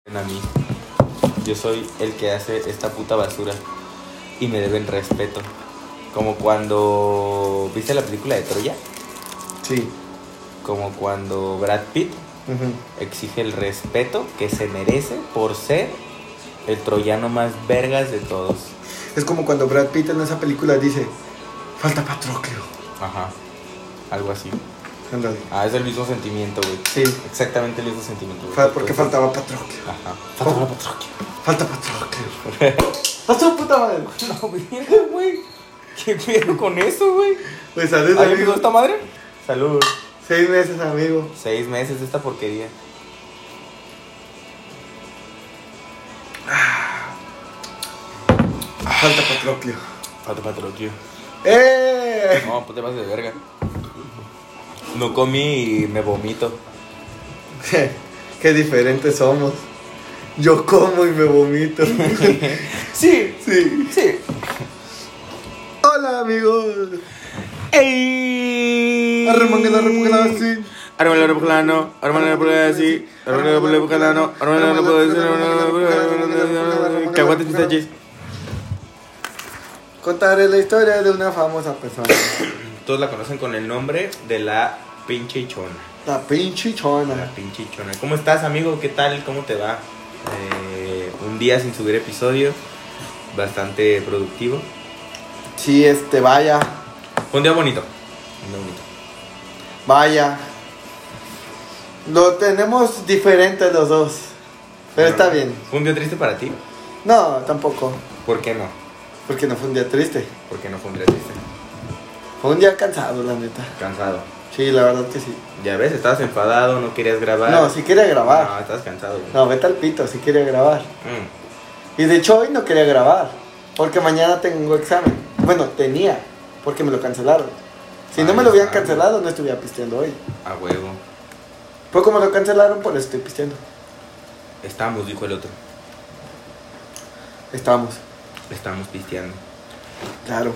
A mí. Yo soy el que hace esta puta basura y me deben respeto. Como cuando ¿viste la película de Troya? Sí. Como cuando Brad Pitt exige el respeto que se merece por ser el troyano más vergas de todos. Es como cuando Brad Pitt en esa película dice: falta Patroclo. Ajá, algo así. Ándale. Es el mismo sentimiento, güey. Sí. Exactamente el mismo sentimiento, güey. Porque faltaba Patroclo. Ajá. Faltaba Patroclo. Falta Patroclo. ¡Hasta puta madre! No, güey. ¿Qué pedo con eso, güey? Pues salud, ¿Ahí amigo. empezó esta madre? Salud. 6 meses, amigo. 6 meses de esta porquería. Falta Patroclo. Falta Patroclo. ¡Eh! No, pues te vas de verga. No comí y me vomito. Qué diferentes somos. Yo como y me vomito. Sí. Sí. Hola, amigos. ¡Ey! Arremangala, sí. Armando Plano, Armando así, Armando Plano, Armando Caguates pistaches. Contaré la historia de una famosa persona. Todos la conocen con el nombre de la pinche chona. La pinche chona. La pinche chona. ¿Cómo estás, amigo? ¿Qué tal? ¿Cómo te va? Un día sin subir episodio. Bastante productivo. Sí, vaya. Fue un día bonito. Un día bonito. Vaya. Lo tenemos diferente los dos. Pero está bien. ¿Fue un día triste para ti? No, tampoco. ¿Por qué no? Porque no fue un día triste. ¿Por qué no fue un día triste? Fue un día cansado, la neta. Cansado. Sí, la verdad que sí. Ya ves, estabas enfadado, no querías grabar. No, sí quería grabar. No, estabas cansado, güey. No, vete al pito, sí quería grabar. Y de hecho hoy no quería grabar. Porque mañana tengo examen. Bueno, tenía. Porque me lo cancelaron. Si no me lo hubieran cancelado, no estuviera pisteando hoy. A huevo. Fue como lo cancelaron, por eso estoy pisteando. Estamos, dijo el otro. Estamos. Estamos pisteando. Claro.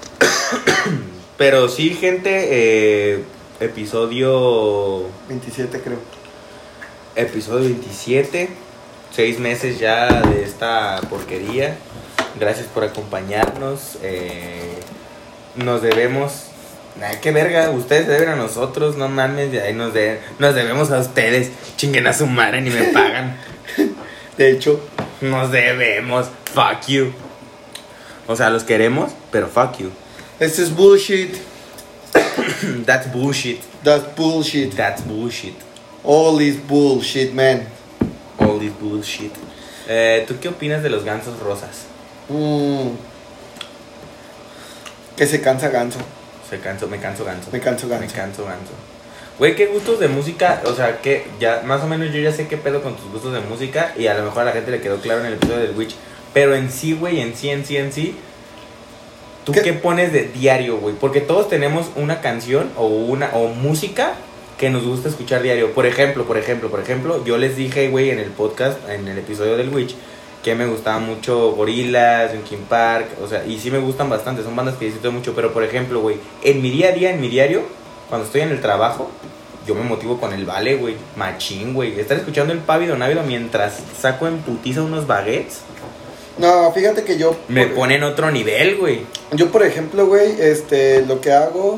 Pero sí, gente, episodio 27 creo. Episodio 27. 6 meses ya de esta porquería. Gracias por acompañarnos. Nos debemos. Qué verga, ustedes deben a nosotros, no mames, de ahí nos debemos a ustedes. Chinguen a su madre, ni me pagan. De hecho, nos debemos. Fuck you. O sea, los queremos, pero fuck you. Esto es bullshit. That's bullshit. That's bullshit. That's bullshit. All is bullshit, man. All is bullshit. ¿Tú qué opinas de los gansos rosas? Que se cansa ganso. Me canso ganso. Me canso ganso. Me canso ganso. Güey, ¿qué gustos de música? O sea, que ya más o menos yo ya sé qué pedo con tus gustos de música. Y a lo mejor a la gente le quedó claro en el episodio del Witch. Pero en sí, güey, en sí ¿tú qué pones de diario, güey? Porque todos tenemos una canción o música que nos gusta escuchar diario. Por ejemplo, yo les dije, güey, en el podcast, en el episodio del Witch, que me gustaba mucho Gorillaz, Linkin Park, o sea, y sí me gustan bastante, son bandas que disfruto mucho, pero por ejemplo, güey, en mi día a día, en mi diario, cuando estoy en el trabajo, yo me motivo con el Vale, güey, machín, güey, estar escuchando el Pávido Návido mientras saco en putiza unos baguettes. No, fíjate que yo... Me pone en otro nivel, güey. Yo, por ejemplo, güey, lo que hago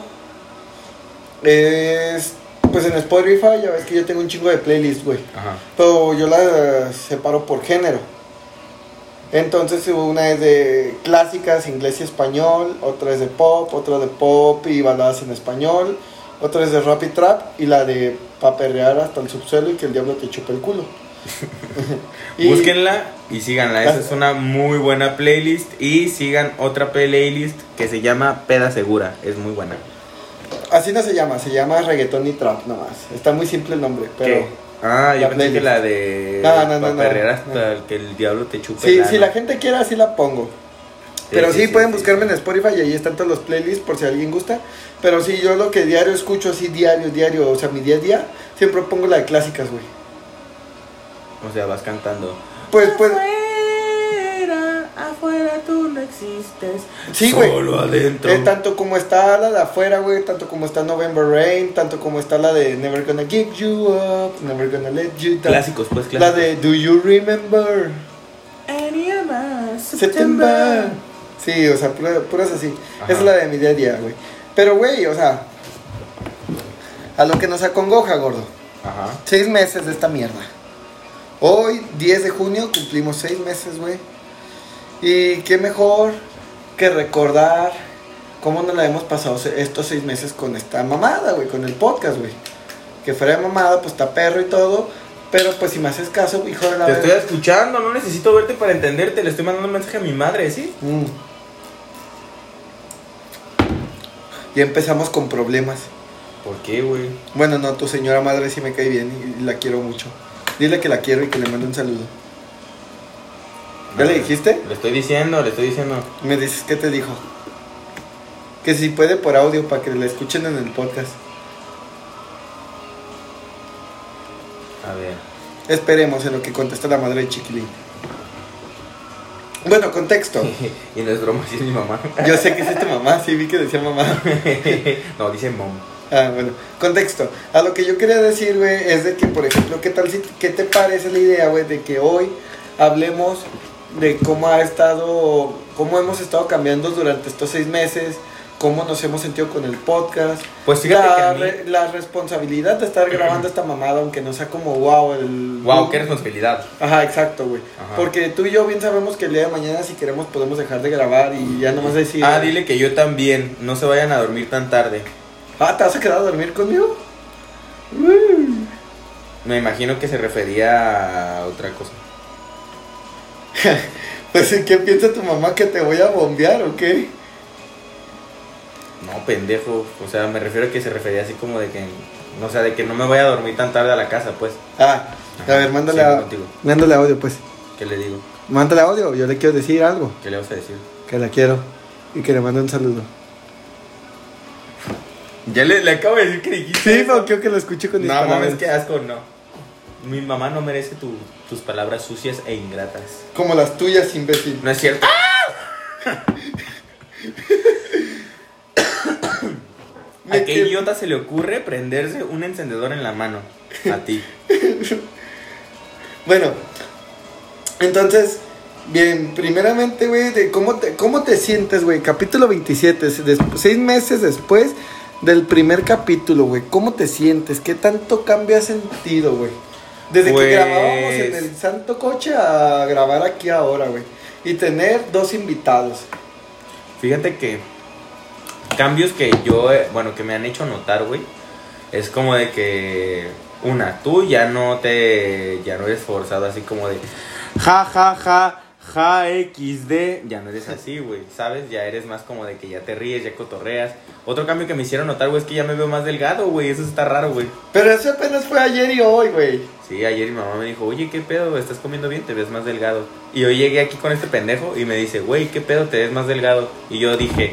es... Pues en Spotify, ya ves que yo tengo un chingo de playlists, güey. Ajá. Pero yo las separo por género. Entonces una es de clásicas, inglés y español. Otra es de pop y baladas en español. Otra es de rap y trap. Y la de pa' perrear hasta el subsuelo y que el diablo te chupe el culo. Búsquenla y síganla, esa es una muy buena playlist. Y sigan otra playlist que se llama Peda Segura, es muy buena. Así no se llama reggaetón y trap nomás. Está muy simple el nombre, pero... ¿Qué? Yo pensé que la de... No. perrear hasta que el diablo te chupe. Sí, si la gente quiere así la pongo. Pero sí, pueden buscarme en Spotify y ahí están todos los playlists por si a alguien gusta. Pero sí, yo lo que diario escucho así, diario, o sea, mi día a día, siempre pongo la de clásicas, güey. O sea, vas cantando. Pues. afuera tú no existes. Sí, güey. Solo adentro. Tanto como está la de afuera, güey, tanto como está November Rain, tanto como está la de Never Gonna Give You Up, Never Gonna Let You Down. Clásicos, pues, clásicos. La de Do You Remember September. Sí, o sea, puras así. Ajá. Esa es la de mi día a día, güey. Pero, güey, o sea, a lo que nos acongoja, gordo. Ajá. 6 meses de esta mierda. Hoy, 10 de junio, cumplimos 6 meses, güey. Y qué mejor que recordar cómo nos la hemos pasado estos 6 meses con esta mamada, güey, con el podcast, güey. Que fuera de mamada, pues está perro y todo. Pero pues si me haces caso, hijo de la Te verga. estoy escuchando, no necesito verte para entenderte. Le estoy mandando un mensaje a mi madre, ¿sí? Ya empezamos con problemas. ¿Por qué, güey? Bueno, no, tu señora madre sí me cae bien y la quiero mucho. Dile que la quiero y que le mando un saludo. ¿Ya le dijiste? Le estoy diciendo. Me dices qué te dijo. Que si puede por audio para que la escuchen en el podcast. A ver. Esperemos en lo que contesta la madre de Chiquilín. Bueno, contexto. Y no es broma, sí es mi mamá. Yo sé que es tu mamá, sí vi que decía mamá. No, dice mom. Ah, bueno, contexto. A lo que yo quería decir, güey, es de que, por ejemplo, ¿qué te parece la idea, güey, de que hoy hablemos de cómo hemos estado cambiando durante estos 6 meses, cómo nos hemos sentido con el podcast? Pues fíjate que a mí... la responsabilidad de estar grabando esta mamada, aunque no sea como wow, qué responsabilidad. Ajá, exacto, güey. Ajá. Porque tú y yo bien sabemos que el día de mañana, si queremos, podemos dejar de grabar y ya nomás decir... Ah, dile que yo también. No se vayan a dormir tan tarde. Ah, ¿te vas a quedar a dormir conmigo? Me imagino que se refería a otra cosa. Pues, ¿qué piensa tu mamá, que te voy a bombear o qué? No, pendejo. O sea, me refiero a que se refería así como de que... O sea, de que no me vaya a dormir tan tarde a la casa, pues. Ah, Ajá, a ver, mándale, siempre contigo. mándale audio, pues. ¿Qué le digo? Mándale audio, yo le quiero decir algo. ¿Qué le vas a decir? Que la quiero y que le mande un saludo. Ya le acabo de decir que dijiste. Sí, eso. pero quiero que lo escuche con mis No, palabras. mames, qué asco, no. Mi mamá no merece tus palabras sucias e ingratas. Como las tuyas, imbécil. No es cierto. ¿A qué idiota se le ocurre prenderse un encendedor en la mano? A ti. Bueno, entonces, bien, primeramente, güey, de cómo te sientes, güey. Capítulo 27, 6 meses después del primer capítulo, güey. ¿Cómo te sientes? ¿Qué tanto cambio has sentido, güey? Desde que grabábamos en el santo coche a grabar aquí ahora, güey. Y tener 2 invitados. Fíjate que cambios que yo, que me han hecho notar, güey, es como de que, tú ya no eres forzado así como de ja, XD, ya no eres así, güey, ¿sabes? Ya eres más como de que ya te ríes, ya cotorreas. Otro cambio que me hicieron notar, güey, es que ya me veo más delgado, güey, eso está raro, güey. Pero eso apenas fue ayer y hoy, güey. Sí, ayer mi mamá me dijo, oye, ¿qué pedo? ¿Estás comiendo bien? Te ves más delgado. Y hoy llegué aquí con este pendejo y me dice, güey, ¿qué pedo? Te ves más delgado. Y yo dije,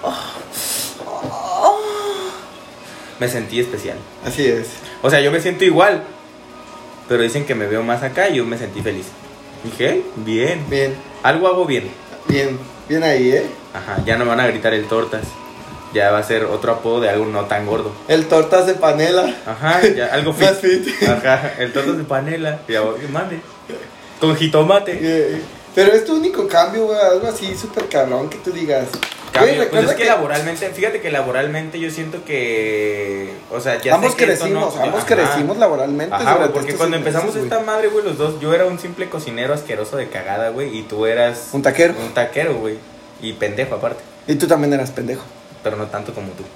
me sentí especial. Así es. O sea, yo me siento igual, pero dicen que me veo más acá y yo me sentí feliz. Dije, bien. Bien. Algo hago bien. Bien ahí, ¿eh? Ajá, ya no me van a gritar el tortas. Ya va a ser otro apodo de algo no tan gordo. El tortas de panela. Ajá, ya algo fit. Más fit. Ajá, el tortas de panela. Ya, mande. Con jitomate. Pero es tu único cambio, güey, algo así súper cabrón que tú digas. Cambio, Güey, pues es que que laboralmente, fíjate que laboralmente yo siento que, o sea, ya ambos sé que crecimos, esto no, ambos ajá, crecimos laboralmente. Ajá, güey, durante porque estos cuando 6 empezamos meses, esta madre, güey, los dos, yo era un simple cocinero asqueroso de cagada, güey, y tú eras un taquero. Un taquero, güey, y pendejo aparte. Y tú también eras pendejo. Pero no tanto como tú.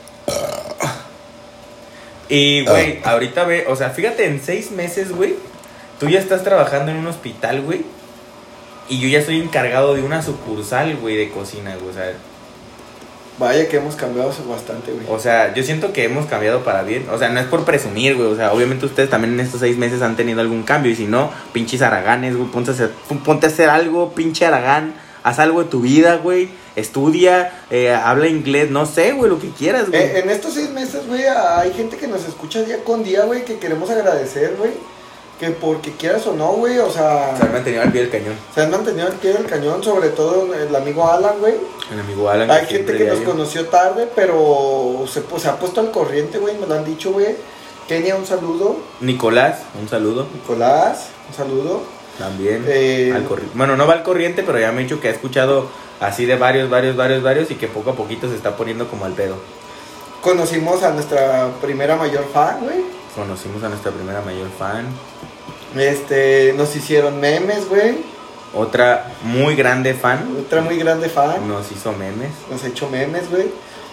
Y, güey, ahorita ve, o sea, fíjate, en 6 meses, güey, tú ya estás trabajando en un hospital, güey, y yo ya estoy encargado de una sucursal, güey, de cocina, güey, o sea. Vaya que hemos cambiado bastante, güey. O sea, yo siento que hemos cambiado para bien. O sea, no es por presumir, güey. O sea, obviamente ustedes también en estos 6 meses han tenido algún cambio. Y si no, pinches haraganes, güey. Ponte a hacer algo, pinche haragán. Haz algo de tu vida, güey. Estudia, habla inglés, no sé, güey, lo que quieras, güey. En estos 6 meses, güey, hay gente que nos escucha día con día, güey, que queremos agradecer, güey. que porque quieras o no, güey, o sea... Se han mantenido al pie del cañón. Se han mantenido al pie del cañón, sobre todo el amigo Alan, güey. El amigo Alan. Hay gente que nos conoció tarde, pero se ha puesto al corriente, güey, me lo han dicho, güey. Kenia, un saludo. Nicolás, un saludo. Nicolás, un saludo. También. Bueno, no va al corriente, pero ya me ha dicho que ha escuchado así de varios y que poco a poquito se está poniendo como al pedo. Conocimos a nuestra primera mayor fan, güey. Conocimos a nuestra primera mayor fan. Nos hicieron memes, güey. Otra muy grande fan. Otra muy grande fan. Nos hizo memes. Nos ha hecho memes, güey.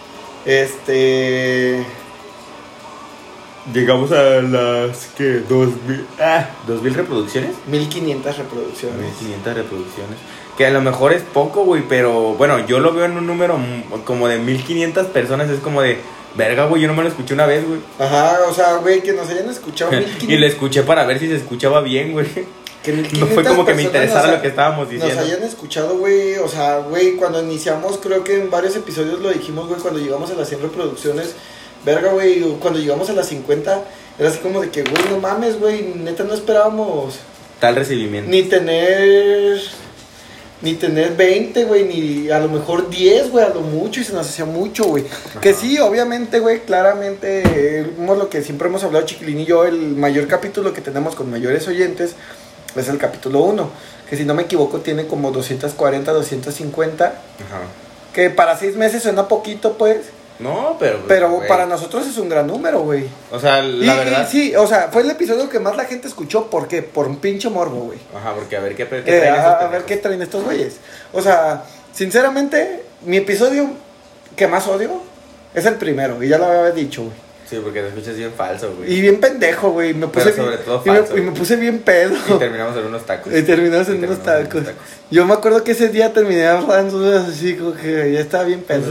Llegamos a las que 2000 reproducciones. 1500 reproducciones. 1500 reproducciones. Que a lo mejor es poco, güey, pero bueno, yo lo veo en un número como de 1500 personas. Es como de, verga, güey, yo no me lo escuché una vez, güey. Ajá, o sea, güey, que nos hayan escuchado 1500. Y le escuché para ver si se escuchaba bien, güey. Que no fue como que me interesara lo que estábamos diciendo. Nos hayan escuchado, güey, o sea, güey, cuando iniciamos, creo que en varios episodios lo dijimos, güey, cuando llegamos a las 100 reproducciones. Verga, güey, cuando llegamos a las 50, era así como de que, güey, no mames, güey, neta no esperábamos tal recibimiento. Ni tener 20, güey, ni a lo mejor 10, güey, a lo mucho, y se nos hacía mucho, güey. Que sí, obviamente, güey, claramente, lo que siempre hemos hablado, Chiquilín y yo, el mayor capítulo que tenemos con mayores oyentes es el capítulo 1, que si no me equivoco tiene como 240, 250, Ajá. Que para 6 meses suena poquito, pues. No, pero para nosotros es un gran número, güey. O sea, la verdad. Sí, o sea, fue el episodio que más la gente escuchó. ¿Por qué? Por un pinche morbo, güey. Ajá, porque a ver qué traen a ver qué traen estos güeyes. O sea, sinceramente, mi episodio que más odio es el primero. Y ya lo había dicho, güey. Sí, porque te escuchas bien falso, güey. Y bien pendejo, güey. Me puse pero sobre todo falso. Y me puse bien pedo. Y terminamos en unos tacos. Yo me acuerdo que ese día terminé hablando así, como que ya estaba bien pedo.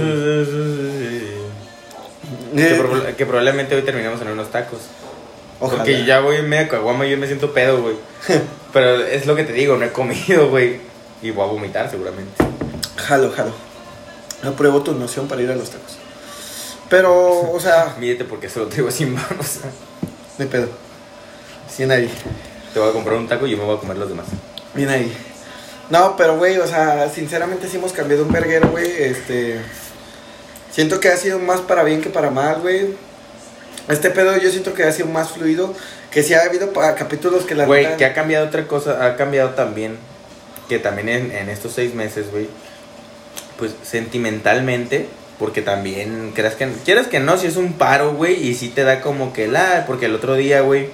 Que probablemente hoy terminamos en unos tacos. Ojalá. Porque ya voy en media caguama y yo me siento pedo, güey. Pero es lo que te digo, no he comido, güey. Y voy a vomitar seguramente. Jalo. Apruebo tu noción para ir a los tacos. Pero, o sea... Mídete porque solo te digo sin manos. De pedo. Bien ahí. Te voy a comprar un taco y yo me voy a comer los demás. Bien ahí. No, pero, güey, o sea, sinceramente sí hemos cambiado un verguero, güey. Siento que ha sido más para bien que para mal, güey. Este pedo yo siento que ha sido más fluido. Que sí ha habido capítulos que la güey, neta... que ha cambiado otra cosa. Ha cambiado también. Que también en estos 6 meses, güey. Pues sentimentalmente... Porque también, quieras que no, si es un paro, güey, y sí te da como que porque el otro día, güey,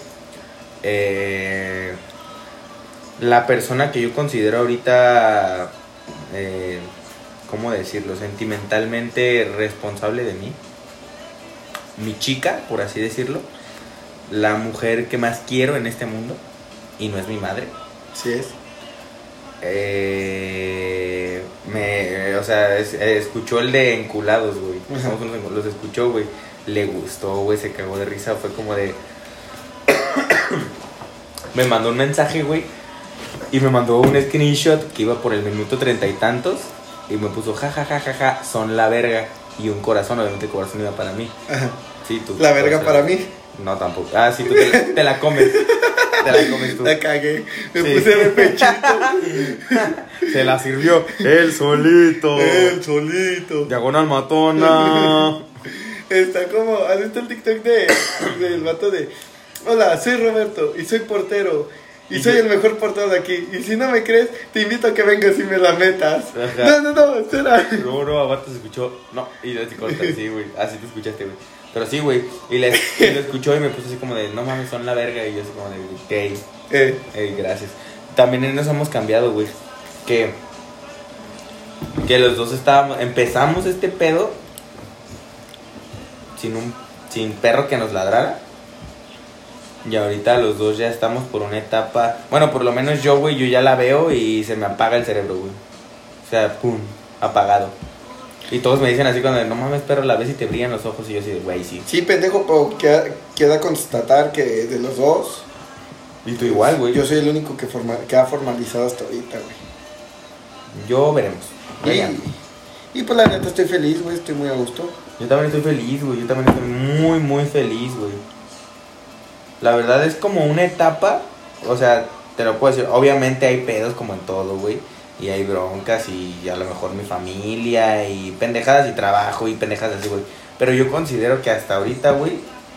la persona que yo considero ahorita, ¿cómo decirlo? Sentimentalmente responsable de mí, mi chica, por así decirlo, la mujer que más quiero en este mundo, y no es mi madre. Sí es. Escuchó el de Enculados, güey. Los escuchó, güey. Le gustó, güey. Se cagó de risa. Fue como de... Me mandó un mensaje, güey. Y me mandó un screenshot que iba por el minuto 30 y tantos. Y me puso ja, son la verga. Y un corazón, obviamente el corazón iba para mí. Ajá. Sí, tú. La verga para mí. No, tampoco. Ah, sí, tú te la comes. Te la comes tú. La cagué. Me puse de pechito. Se la sirvió él solito. Diagonal matona. Está como... ¿Has visto el TikTok del vato de... Hola, soy Roberto y soy portero. Y soy el mejor portero de aquí. Y si no me crees, te invito a que vengas y me la metas. Ajá. No, espera. No, abajo se escuchó. No, y te corta, sí, güey. Así te escuchaste, güey. Pero sí, güey. Y lo escuchó y me puso así como de, no mames, son la verga. Y yo así como de, ok. Gracias. También en eso hemos cambiado, güey. Que los dos empezamos este pedo sin perro que nos ladrara. Y ahorita los dos ya estamos por una etapa. Bueno, por lo menos yo, güey, yo ya la veo y se me apaga el cerebro, güey. O sea, pum, apagado. Y todos me dicen así cuando, no mames, perro, la ves y te brillan los ojos. Y yo así de, güey, sí. Sí, pendejo, pero queda constatar que de los dos... Y tú igual, güey. Yo soy el único que ha formalizado hasta ahorita, güey. Yo veremos. Y pues la neta estoy feliz, güey, estoy muy a gusto. Yo también estoy feliz, güey. Yo también estoy muy, muy feliz, güey. La verdad es como una etapa o sea, te lo puedo decir, obviamente hay pedos como en todo, güey. Y hay broncas y a lo mejor mi familia y pendejadas y trabajo y pendejadas así, güey. Pero yo considero que hasta ahorita, güey,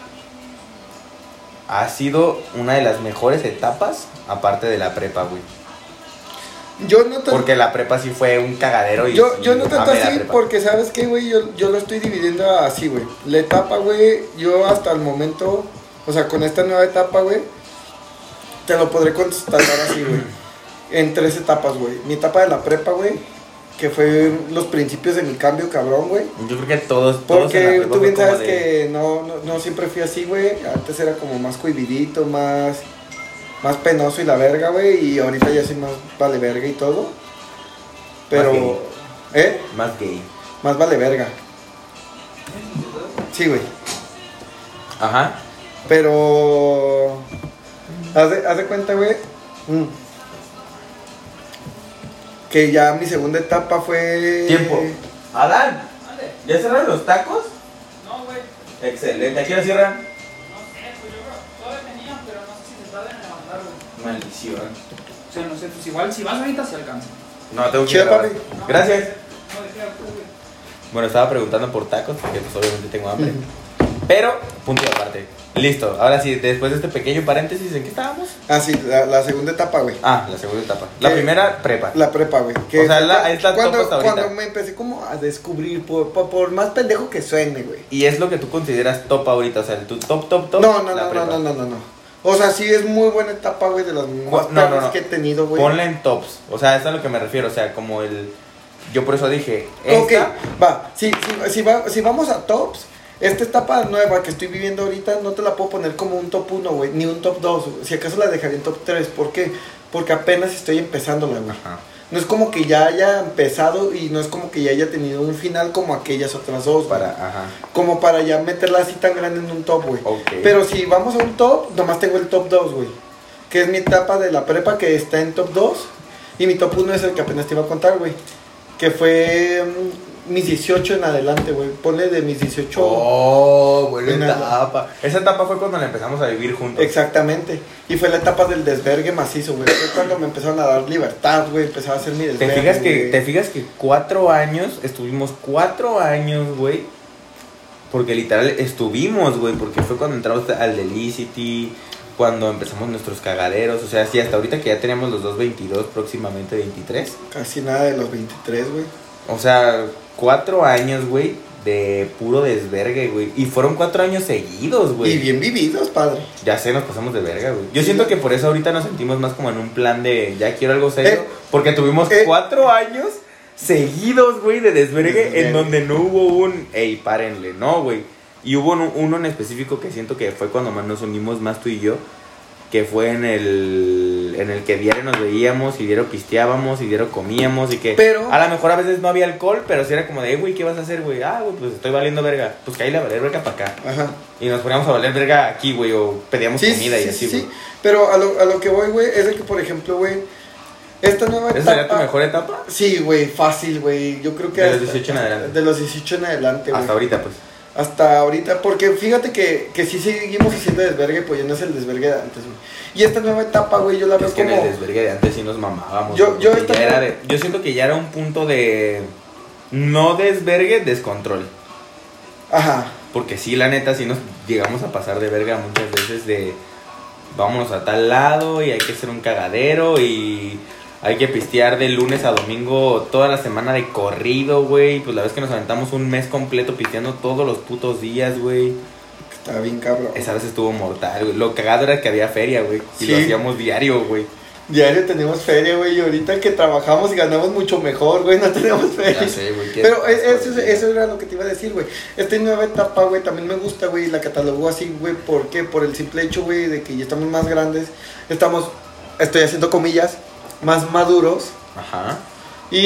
ha sido una de las mejores etapas, aparte de la prepa, güey. Yo no tanto. Porque la prepa sí fue un cagadero y Yo no tanto amé la así, prepa. porque ¿sabes qué, güey? Yo lo estoy dividiendo así, güey. La etapa, güey, yo hasta el momento, o sea, con esta nueva etapa, güey, te lo podré contestar así, güey. En 3 etapas, güey. Mi etapa de la prepa, güey, que fue los principios de mi cambio, cabrón, güey. Yo creo que todos en la Porque prepa tú fue bien como sabes de- que no siempre fui así, güey. Antes era como más cohibidito, más penoso y la verga, güey. Y ahorita ya soy más vale verga y todo. Pero, gay. ¿eh? Más gay. Más vale verga. Sí, güey. Ajá. Pero, haz de cuenta, güey. Que ya mi segunda etapa fue... Tiempo. Adán, Vale. ¿ya cerraron los tacos? No, güey. Excelente. ¿A qué hora cierran? No sé, pues yo creo. Todavía tenían, pero no sé si se tardan en levantar, güey. Maldición. O sea, no sé, pues igual si vas ahorita se alcanza. No, tengo que Chido, ir a grabar. papi. Gracias. No, de qué güey. Bueno, estaba preguntando por tacos porque pues obviamente tengo hambre. Pero, punto y aparte. Listo. Ahora sí, después de este pequeño paréntesis, ¿en qué estábamos? Ah, sí, la segunda etapa, güey. Ah, la segunda etapa. La ¿Qué? primera, prepa. La prepa, güey. O sea, es la top hasta ahorita. Cuando me empecé como a descubrir, por más pendejo que suene, güey. Y es lo que tú consideras top ahorita, o sea, tu top, top, No, la prepa. no. O sea, sí es muy buena etapa, güey, de las más No, perras que he tenido, güey. Ponla en tops, o sea, es a lo que me refiero, o sea, como el... Yo por eso dije, Ok, esta... va. Si vamos a tops, esta etapa nueva que estoy viviendo ahorita no te la puedo poner como un top 1, güey, ni un top 2. Si acaso la dejaría en top 3. ¿Por qué? Porque apenas estoy empezándola, güey. Ajá. No es como que ya haya empezado y no es como que ya haya tenido un final como aquellas otras dos, güey. Ajá, Como para ya meterla así tan grande en un top, güey. ok. Pero si vamos a un top, nomás tengo el top 2, güey. Que es mi etapa de la prepa que está en top 2. Y mi top 1 es el que apenas te iba a contar, güey. Que fue mis 18 en adelante, güey. Ponle de mis 18. Oh, buena Buena etapa. Esa etapa fue cuando la empezamos a vivir juntos. Exactamente. Y fue la etapa del desvergue macizo, güey. Fue cuando me empezaron a dar libertad, güey. Empezaba a hacer mi desvergue. ¿Te fijas que 4 años, estuvimos 4 años, güey? Porque literal estuvimos, güey, porque fue cuando entramos al Delicity, cuando empezamos nuestros cagaderos, o sea, sí, hasta ahorita que ya tenemos los dos 22, próximamente 23. Casi nada de los 23, güey. O sea, 4 años, güey, de puro desvergue, güey. Y fueron 4 años seguidos, güey. Y bien vividos, padre. Ya sé, nos pasamos de verga, güey. Yo Sí. siento que por eso ahorita nos sentimos más como en un plan de ya quiero algo serio. Porque tuvimos eh. 4 años seguidos, güey, de desvergue Desvergue. en donde no hubo un, ey, párenle, no, güey. Y hubo uno en específico que siento que fue cuando más nos unimos más tú y yo. Que fue en el que diario nos veíamos y diario pisteábamos y diario comíamos y que Pero- a lo mejor a veces no había alcohol, pero sí era como de, güey, ¿qué vas a hacer, güey? Ah, güey, pues estoy valiendo verga. Pues cállale a valer verga para acá. Ajá. Y nos poníamos a valer verga aquí, güey, o pedíamos comida y así, güey. sí. Pero a lo que voy, güey, es de que, por ejemplo, güey, esta nueva ¿Esa etapa... sería tu mejor etapa? Sí, güey, fácil, güey. Yo creo que... De los 18 en adelante. De los 18 en adelante, güey. Hasta ahorita, pues. Hasta ahorita, porque fíjate que sí seguimos haciendo desvergue, pues ya no es el desvergue de antes, güey. Y esta nueva etapa, güey, yo la veo Es que en como... el desvergue de antes sí nos mamábamos. Yo- güey, yo porque esta- yo siento que ya era un punto de... No desvergue, descontrol. Ajá. Porque sí, la neta, sí nos llegamos a pasar de verga muchas veces de... Vámonos a tal lado y hay que hacer un cagadero y... Hay que pistear de lunes a domingo toda la semana de corrido, güey. Pues la vez que nos aventamos un mes completo pisteando todos los putos días, güey. Está bien cabrón. Esa vez estuvo mortal, güey. Lo cagado era que había feria, güey. Y Sí. lo hacíamos diario, güey. Diario tenemos feria, güey, y ahorita que trabajamos y ganamos mucho mejor, güey, no tenemos feria. Ya sé, güey. qué Pero asco, eso era lo que te iba a decir, güey. Esta nueva etapa, güey, también me gusta, güey, la catalogó así, güey, ¿por qué? Por el simple hecho, güey, de que ya estamos más grandes, estoy haciendo comillas, más maduros, Ajá. y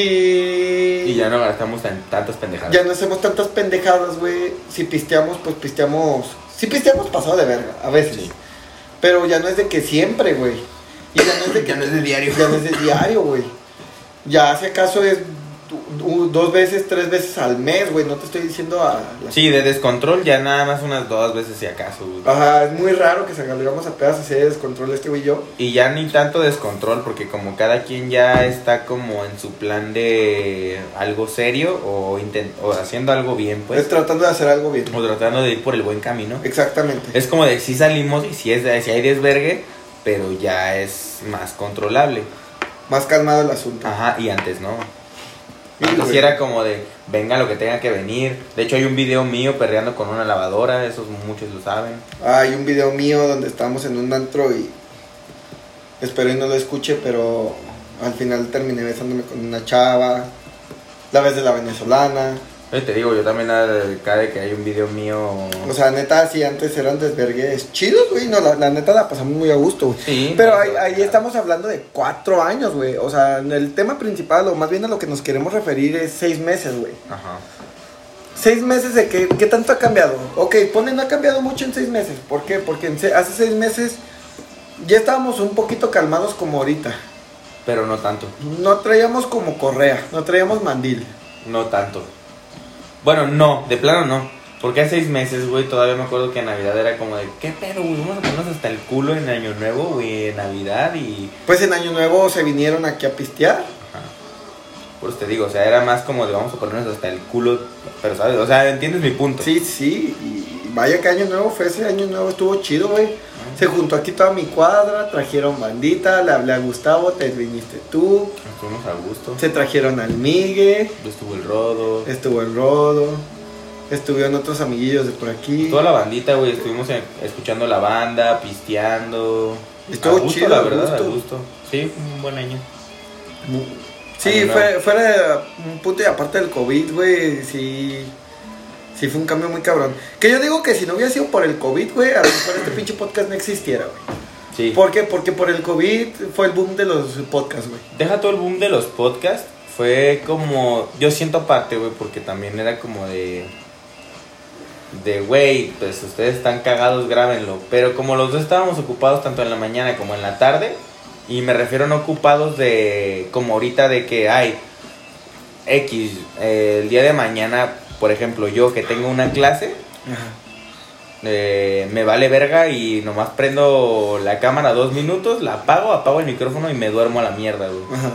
Y ya no gastamos tantas pendejadas. ya no hacemos tantas pendejadas, güey. Si pisteamos, pues pisteamos, sí pisteamos pasado de verga, a veces, Sí. pero ya no es de que siempre, güey, y ya no es de que Ya no es de diario. ya no es de diario, güey. Ya si acaso es 2 veces, 3 veces al mes, güey. No te estoy diciendo a... Sí, de descontrol ya nada más unas 2 veces si acaso, güey. Ajá, es muy raro que salgamos a pedas así de descontrol este güey y yo. Y ya ni tanto descontrol, porque como cada quien ya está como en su plan de algo serio o haciendo algo bien, pues. Es tratando de hacer algo bien. O tratando de ir por el buen camino. Exactamente. Es como de si salimos y si hay desvergue, pero ya es más controlable. Más calmado el asunto. Ajá, y antes no. Sí, Antes güey. sí era como de venga lo que tenga que venir. De hecho hay un video mío perreando con una lavadora, esos muchos lo saben. Hay un video mío donde estábamos en un antro y espero y no lo escuche, pero al final terminé besándome con una chava, la vez de la venezolana. Yo te digo, yo también cada vez que hay un video mío. O sea, neta, sí, antes eran desvergues chidos, güey. No, la neta la pasamos muy a gusto, güey. Sí. Pero ahí estamos hablando de 4 años, güey. O sea, el tema principal, o más bien a lo que nos queremos referir, es 6 meses, güey. Ajá. 6 meses de qué tanto ha cambiado. Ok, no ha cambiado mucho en 6 meses. ¿Por qué? Porque hace 6 meses ya estábamos un poquito calmados como ahorita. Pero no tanto. No traíamos como correa, no traíamos mandil. No tanto. Bueno, no, de plano no. Porque hace 6 meses, güey, todavía me acuerdo que en Navidad era como de, ¿qué pedo, güey? Vamos a ponernos hasta el culo en Año Nuevo, güey, en Navidad y... Pues en Año Nuevo se vinieron aquí a pistear. Ajá. Pues te digo, o sea, era más como de vamos a ponernos hasta el culo, pero sabes, o sea, ¿entiendes mi punto? Sí, y vaya que Año Nuevo fue ese Año Nuevo, estuvo chido, güey. Se juntó aquí toda mi cuadra, trajeron bandita, le hablé a Gustavo, te viniste tú. Estuvimos a gusto. Se trajeron al Migue, Estuvo el Rodo. estuvo el Rodo, estuvieron otros amiguillos de por aquí. Toda la bandita, güey, estuvimos escuchando la banda, pisteando. Estuvo a gusto, chido, la a verdad, gusto. a gusto. Sí, fue un buen año. Sí, Año nuevo. fuera de un punto y aparte del COVID, güey, sí fue un cambio muy cabrón. Que yo digo que si no hubiera sido por el COVID, güey, a lo mejor este pinche podcast no existiera, güey. Sí. ¿Por qué? Porque por el COVID fue el boom de los podcasts, güey. Deja todo el boom de los podcasts. Fue como. Yo siento aparte, güey, porque también era como de. Güey, pues ustedes están cagados, grábenlo. Pero como los dos estábamos ocupados tanto en la mañana como en la tarde. Y me refiero no ocupados de. Como ahorita de que hay. X. El día de mañana, por ejemplo, yo que tengo una clase. Ajá. Me vale verga y nomás prendo la cámara 2 minutos, la apago el micrófono y me duermo a la mierda, güey. Ajá.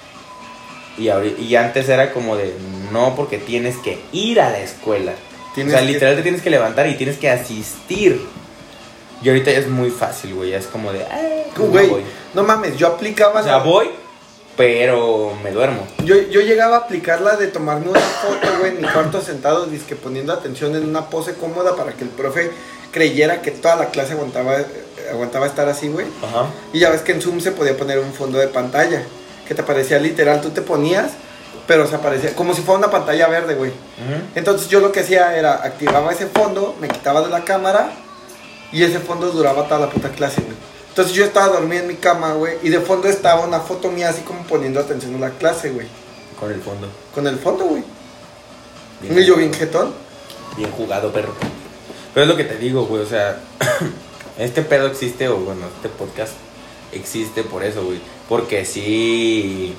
Y antes era como de, no, porque tienes que ir a la escuela. O sea, que- literal te tienes que levantar y tienes que asistir. Y ahorita ya es muy fácil, güey, ya es como de, pues Güey, no voy. no mames, yo aplicaba O sea, voy, pero me duermo. Yo llegaba a aplicar la de tomarme una foto, güey, en mi cuarto sentado, dizque poniendo atención en una pose cómoda para que el profe creyera que toda la clase aguantaba estar así, güey. Ajá. Y ya ves que en Zoom se podía poner un fondo de pantalla, que te aparecía literal, tú te ponías, pero se aparecía como si fuera una pantalla verde, güey. Ujú. Entonces yo lo que hacía era activaba ese fondo, me quitaba de la cámara y ese fondo duraba toda la puta clase, güey. Entonces yo estaba dormido en mi cama, güey, y de fondo estaba una foto mía así como poniendo atención a la clase, güey. Con el fondo. Con el fondo, güey. Bien Y yo jugado. bien jetón. Bien jugado, perro. Pero es lo que te digo, güey, o sea, este pedo existe, o bueno, este podcast existe por eso, güey. Porque sí.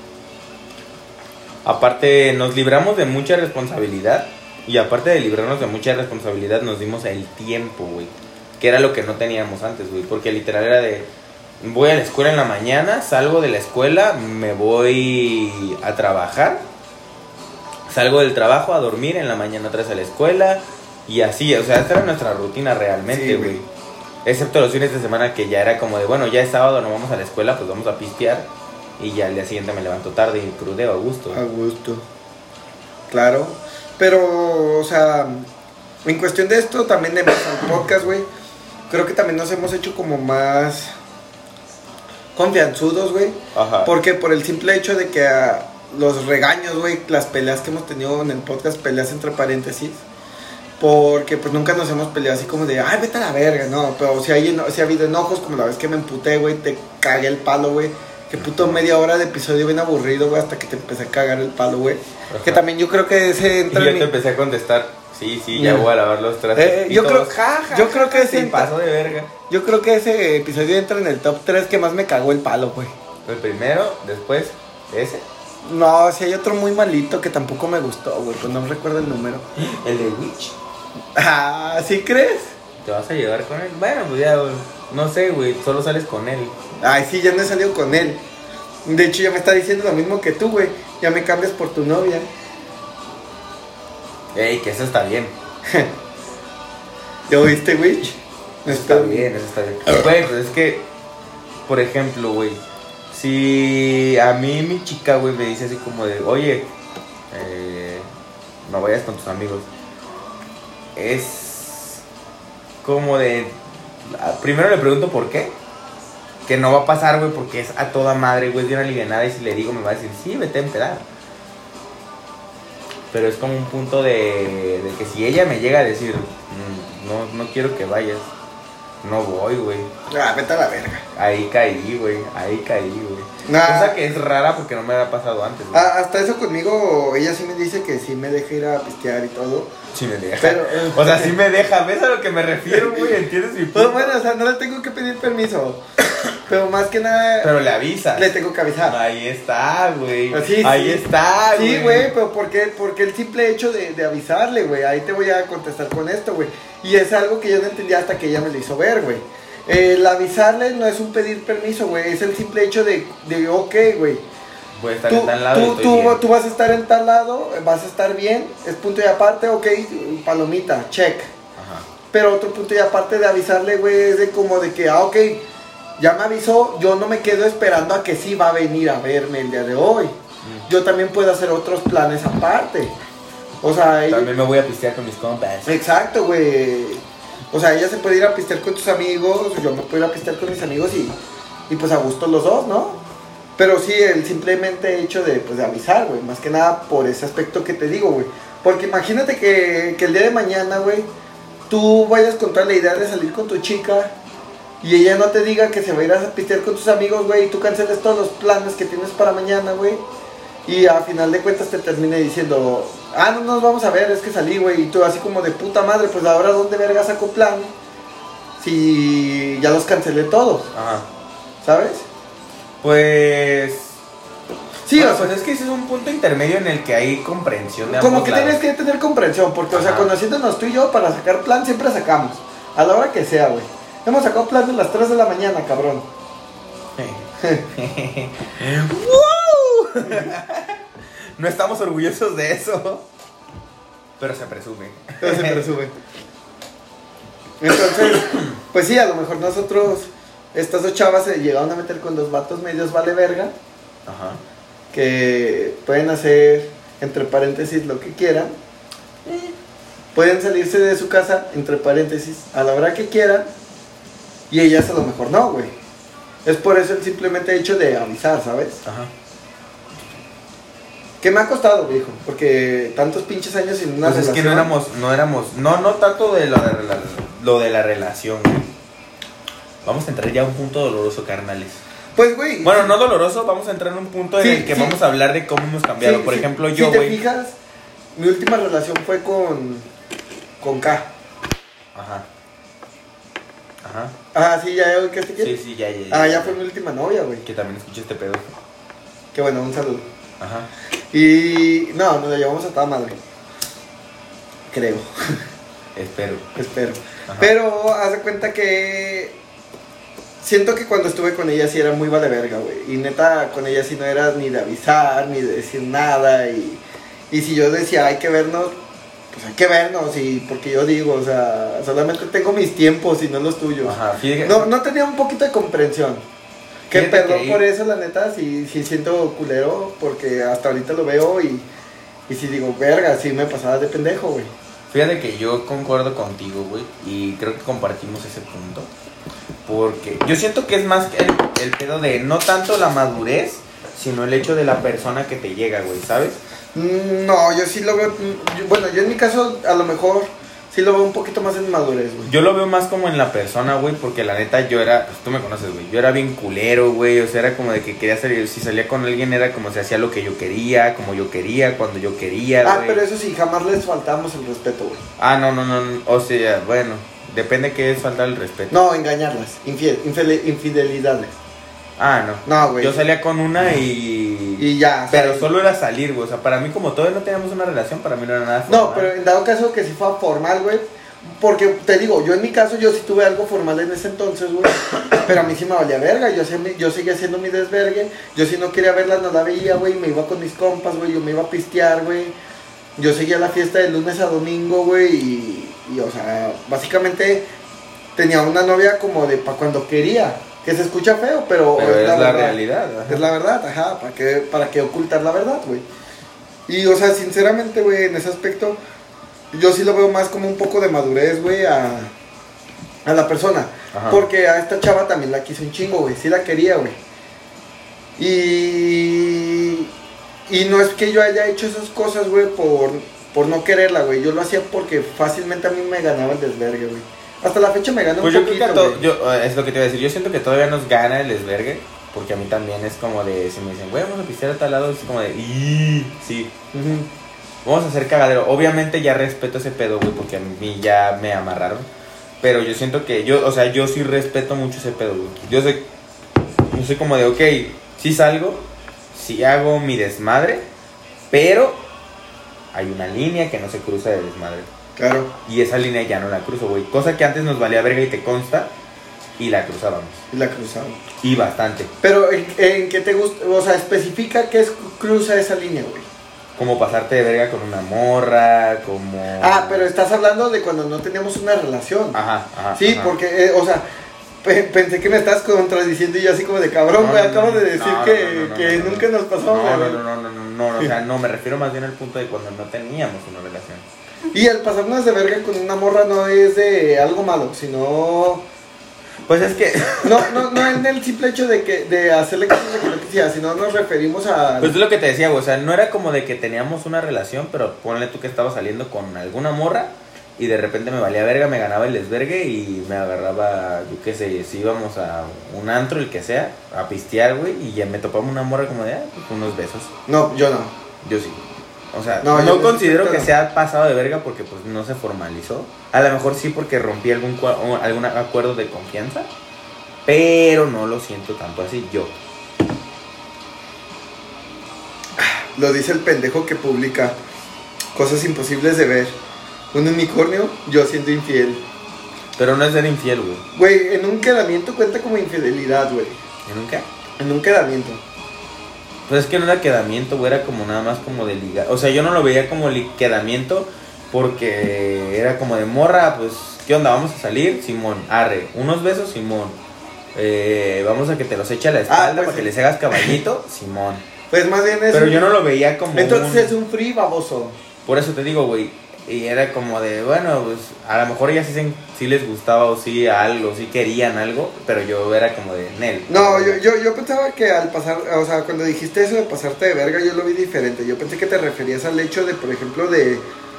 Aparte, nos libramos de mucha responsabilidad. Y aparte de librarnos de mucha responsabilidad, nos dimos el tiempo, güey. Que era lo que no teníamos antes, güey. Porque literal era de. Voy a la escuela en la mañana, salgo de la escuela, me voy a trabajar. Salgo del trabajo a dormir, en la mañana otra vez a la escuela. Y así, o sea, esta era nuestra rutina realmente, Sí, güey. güey. Excepto los fines de semana que ya era como de, bueno, ya es sábado, no vamos a la escuela, pues vamos a pistear. Y ya al día siguiente me levanto tarde y crudeo a gusto. A gusto. Claro. Pero, o sea, en cuestión de esto, también de más al podcast, güey. Creo que también nos hemos hecho como más confianzudos, güey. Ajá. Porque por el simple hecho de que los regaños, güey, las peleas que hemos tenido en el podcast, peleas entre paréntesis. Porque pues nunca nos hemos peleado así como de, ay, vete a la verga, no. Pero si ha habido enojos, como la vez que me emputé, güey, te cagué el palo, güey. Que puto media hora de episodio bien aburrido, güey, hasta que te empecé a cagar el palo, güey. Ajá. Que también yo creo que ese Y entra yo en te mi... empecé a contestar, sí, ya voy a lavar los trastes. yo creo- ja, yo creo que sí, ese- paso de verga. Yo creo que ese episodio entra en el top 3 que más me cagó el palo, güey. El primero, después ese No, si hay otro muy malito que tampoco me gustó, güey, pues no recuerdo el número. El de Witch. Ah, ¿sí crees? ¿Te vas a llevar con él? Bueno, pues ya, güey. No sé, güey. Solo sales con él. Ay, sí, ya no he salido con él. De hecho, ya me está diciendo lo mismo que tú, güey. Ya me cambias por tu novia. Ey, que eso está bien. ¿Ya oíste, Witch? Eso está bien, eso está bien. Güey, pues es que, por ejemplo, güey, si a mí mi chica, güey, me dice así como de, oye, no vayas con tus amigos. Es como de, primero le pregunto por qué. Que no va a pasar, güey, porque es a toda madre, güey, es bien alivianada. Y si le digo, me va a decir, sí, vete a empedar. Pero es como un punto de que si ella me llega a decir, no quiero que vayas, no voy, güey. Ah, vete a la verga. Ahí caí, güey. Nah. Cosa que es rara porque no me había pasado antes, güey. Hasta eso conmigo, ella sí me dice que sí me deja ir a pistear y todo. Sí me deja. Pero, o sea, sí me deja. ¿Ves a lo que me refiero, güey? ¿Entiendes mi Pues punto? bueno, o sea, no le tengo que pedir permiso. Pero más que nada, Pero le avisas. le tengo que avisar. Ahí está, güey. Sí, Ahí sí. está, güey. Sí, güey, pero porque el simple hecho de avisarle, güey. Ahí te voy a contestar con esto, güey. Y es algo que yo no entendía hasta que ella me lo hizo ver, güey. El avisarle no es un pedir permiso, güey. Es el simple hecho de ok, güey. Voy a estar en tal lado y estoy bien. Tú vas a estar en tal lado, vas a estar bien. Es punto y aparte, ok, palomita, check. Ajá. Pero otro punto y aparte de avisarle, güey, es de como de que, ok, ya me avisó, yo no me quedo esperando a que sí va a venir a verme el día de hoy. Yo también puedo hacer otros planes aparte. O sea, También me voy a pistear con mis compas. exacto, güey. O sea, ella se puede ir a pistear con tus amigos, yo me puedo ir a pistear con mis amigos y pues a gusto los dos, ¿no? Pero sí, el simplemente hecho de, pues, de avisar, güey. Más que nada por ese aspecto que te digo, güey. Porque imagínate que el día de mañana, güey, tú vayas con toda la idea de salir con tu chica y ella no te diga que se va a ir a pistear con tus amigos, güey, y tú canceles todos los planes que tienes para mañana, güey. Y a final de cuentas te termine diciendo, no nos vamos a ver, es que salí, güey. Y tú así como de puta madre, pues ahora ¿dónde verga saco plan? Si ya los cancelé todos, Ajá. ¿sabes? Pues... Sí, bueno, o sea, pues es que ese es un punto intermedio en el que hay comprensión de ambos como que lados. tienes que tener comprensión, porque, o sea, Ajá. conociéndonos tú y yo, para sacar plan siempre sacamos. A la hora que sea, güey. Hemos sacado plan a las 3 de la mañana, cabrón. ¡Woo! No estamos orgullosos de eso, pero se presume. Pero se presume. Entonces, pues sí, a lo mejor nosotros, estas dos chavas se llegaron a meter con dos vatos medios vale verga, Ajá. que pueden hacer, entre paréntesis, lo que quieran. Pueden salirse de su casa, entre paréntesis, a la hora que quieran. Y ellas a lo mejor no, güey. Es por eso el simplemente hecho de avisar, ¿sabes? Ajá. Que me ha costado, viejo, porque tantos pinches años sin una Pues es relación. que no tanto de lo de la relación, güey. Vamos a entrar ya a un punto doloroso, carnales. Pues, güey. Bueno, no doloroso, vamos a entrar en un punto en Sí, el que sí. vamos a hablar de cómo hemos cambiado. Sí, Por sí. ejemplo, Si yo, te güey. fijas, mi última relación fue con K. Ajá. Ajá. Ah, sí, ya ubicaste quién. Sí, sí, ya. Ya fue mi última novia, güey. Que también escuché este pedo. Qué bueno, un saludo. Ajá. Y no, nos la llevamos a toda madre. Creo, Espero. espero. Ajá. Pero haz de cuenta que siento que cuando estuve con ella sí era muy vale verga, güey. Y neta, con ella sí no era ni de avisar, ni de decir nada. Y si yo decía, hay que vernos, pues hay que vernos. Y porque yo digo, o sea, solamente tengo mis tiempos y no los tuyos. Ajá. Fíjate. No tenía un poquito de comprensión. Que Fíjate perdón que- por eso, la neta, sí siento culero, porque hasta ahorita lo veo y sí digo, verga, sí me pasaba de pendejo, güey. Fíjate que yo concuerdo contigo, güey, y creo que compartimos ese punto. Porque yo siento que es más el pedo de no tanto la madurez, sino el hecho de la persona que te llega, güey, ¿sabes? No, yo sí lo veo, bueno, yo en mi caso a lo mejor sí lo veo un poquito más en madurez, güey. Yo lo veo más como en la persona, güey, porque la neta yo era, pues tú me conoces, güey, yo era bien culero, güey, o sea, era como de que quería salir, si salía con alguien era como se hacía lo que yo quería, como yo quería, cuando yo quería, güey. Pero eso sí, jamás les faltamos el respeto, güey. No, o sea, bueno, depende de qué es faltar el respeto. No, engañarlas, infidelidades. Ah, no. No, güey. Yo salía con una y ya. Pero ¿sabes? solo era salir, güey. O sea, para mí, como todavía no teníamos una relación, para mí no era nada formal. No, pero en dado caso que sí fue formal, güey. Porque te digo, yo en mi caso, yo sí tuve algo formal en ese entonces, güey. Pero a mí sí me valía verga. Yo seguía haciendo mi desvergue. Yo si no quería verla, no la veía, güey. Me iba con mis compas, güey. Yo me iba a pistear, güey. Yo seguía la fiesta de lunes a domingo, güey. Y, o sea, básicamente tenía una novia como de pa' cuando quería. Que se escucha feo, pero es la verdad. realidad. Ajá. Es la verdad, ajá. ¿Para qué ocultar la verdad, güey? Y, o sea, sinceramente, güey, en ese aspecto, yo sí lo veo más como un poco de madurez, güey, a la persona. Ajá. Porque a esta chava también la quiso un chingo, güey. Sí la quería, güey. Y no es que yo haya hecho esas cosas, güey, por no quererla, güey. Yo lo hacía porque fácilmente a mí me ganaba el desvergue, güey. Hasta la fecha me gana Pues un yo creo poquito, que güey. es lo que te iba a decir. Yo siento que todavía nos gana el desvergue. Porque a mí también es como de, si me dicen, güey, vamos a pistear a tal lado, es como de, sí, Ujú. vamos a hacer cagadero. Obviamente ya respeto ese pedo, güey, porque a mí ya me amarraron. Pero yo siento que yo sí respeto mucho ese pedo, güey. Yo soy como de, ok, sí salgo, sí hago mi desmadre, pero hay una línea que no se cruza de desmadre. Claro. Y esa línea ya no la cruzo, güey. Cosa que antes nos valía verga y te consta, y la cruzábamos. Y la cruzamos. Y bastante. Pero, ¿en qué te gusta? O sea, especifica qué es cruza esa línea, güey. Como pasarte de verga con una morra, como... Ah, pero estás hablando de cuando no teníamos una relación. Ajá. Sí, ajá. porque, o sea, pensé que me estás contradiciendo y yo así como de cabrón, güey, acabas de decir que nunca nos pasó, güey. No, o sea, no, me refiero más bien al punto de cuando no teníamos una relación. Y el pasarnos de verga con una morra no es de algo malo, sino... Pues es que... No en el simple hecho de hacerle cosas de que no quisiera, sino nos referimos a... Pues es lo que te decía, güey, o sea, no era como de que teníamos una relación, pero ponle tú que estaba saliendo con alguna morra y de repente me valía verga, me ganaba el desvergue y me agarraba, yo qué sé, si íbamos a un antro, el que sea, a pistear, güey, y ya me topamos una morra como de, pues unos besos. No, yo no. Yo sí. O sea, No, yo no en ese considero aspecto que no. sea pasado de verga porque pues no se formalizó. A lo mejor sí porque rompí algún acuerdo de confianza, pero no lo siento tanto así yo. Lo dice el pendejo que publica cosas imposibles de ver. Un unicornio, yo siendo infiel. Pero no es ser infiel, güey. Güey, en un quedamiento cuenta como infidelidad, güey. ¿Y nunca? En un quedamiento. Pues es que no era quedamiento, güey, era como nada más como de liga. O sea, yo no lo veía como quedamiento porque era como de morra, pues, ¿qué onda? ¿Vamos a salir? Simón, arre. ¿Unos besos? Simón. Vamos a que te los eche a la espalda pues para que sí. les hagas caballito? Simón. Pues más bien es... Pero yo no lo veía como Entonces es un free baboso. Por eso te digo, güey. Y era como de, bueno, pues a lo mejor ellas sí les gustaba o sí algo, sí querían algo, pero yo era como de Nel. No, yo pensaba que al pasar, o sea, cuando dijiste eso de pasarte de verga, yo lo vi diferente. Yo pensé que te referías al hecho de, por ejemplo, de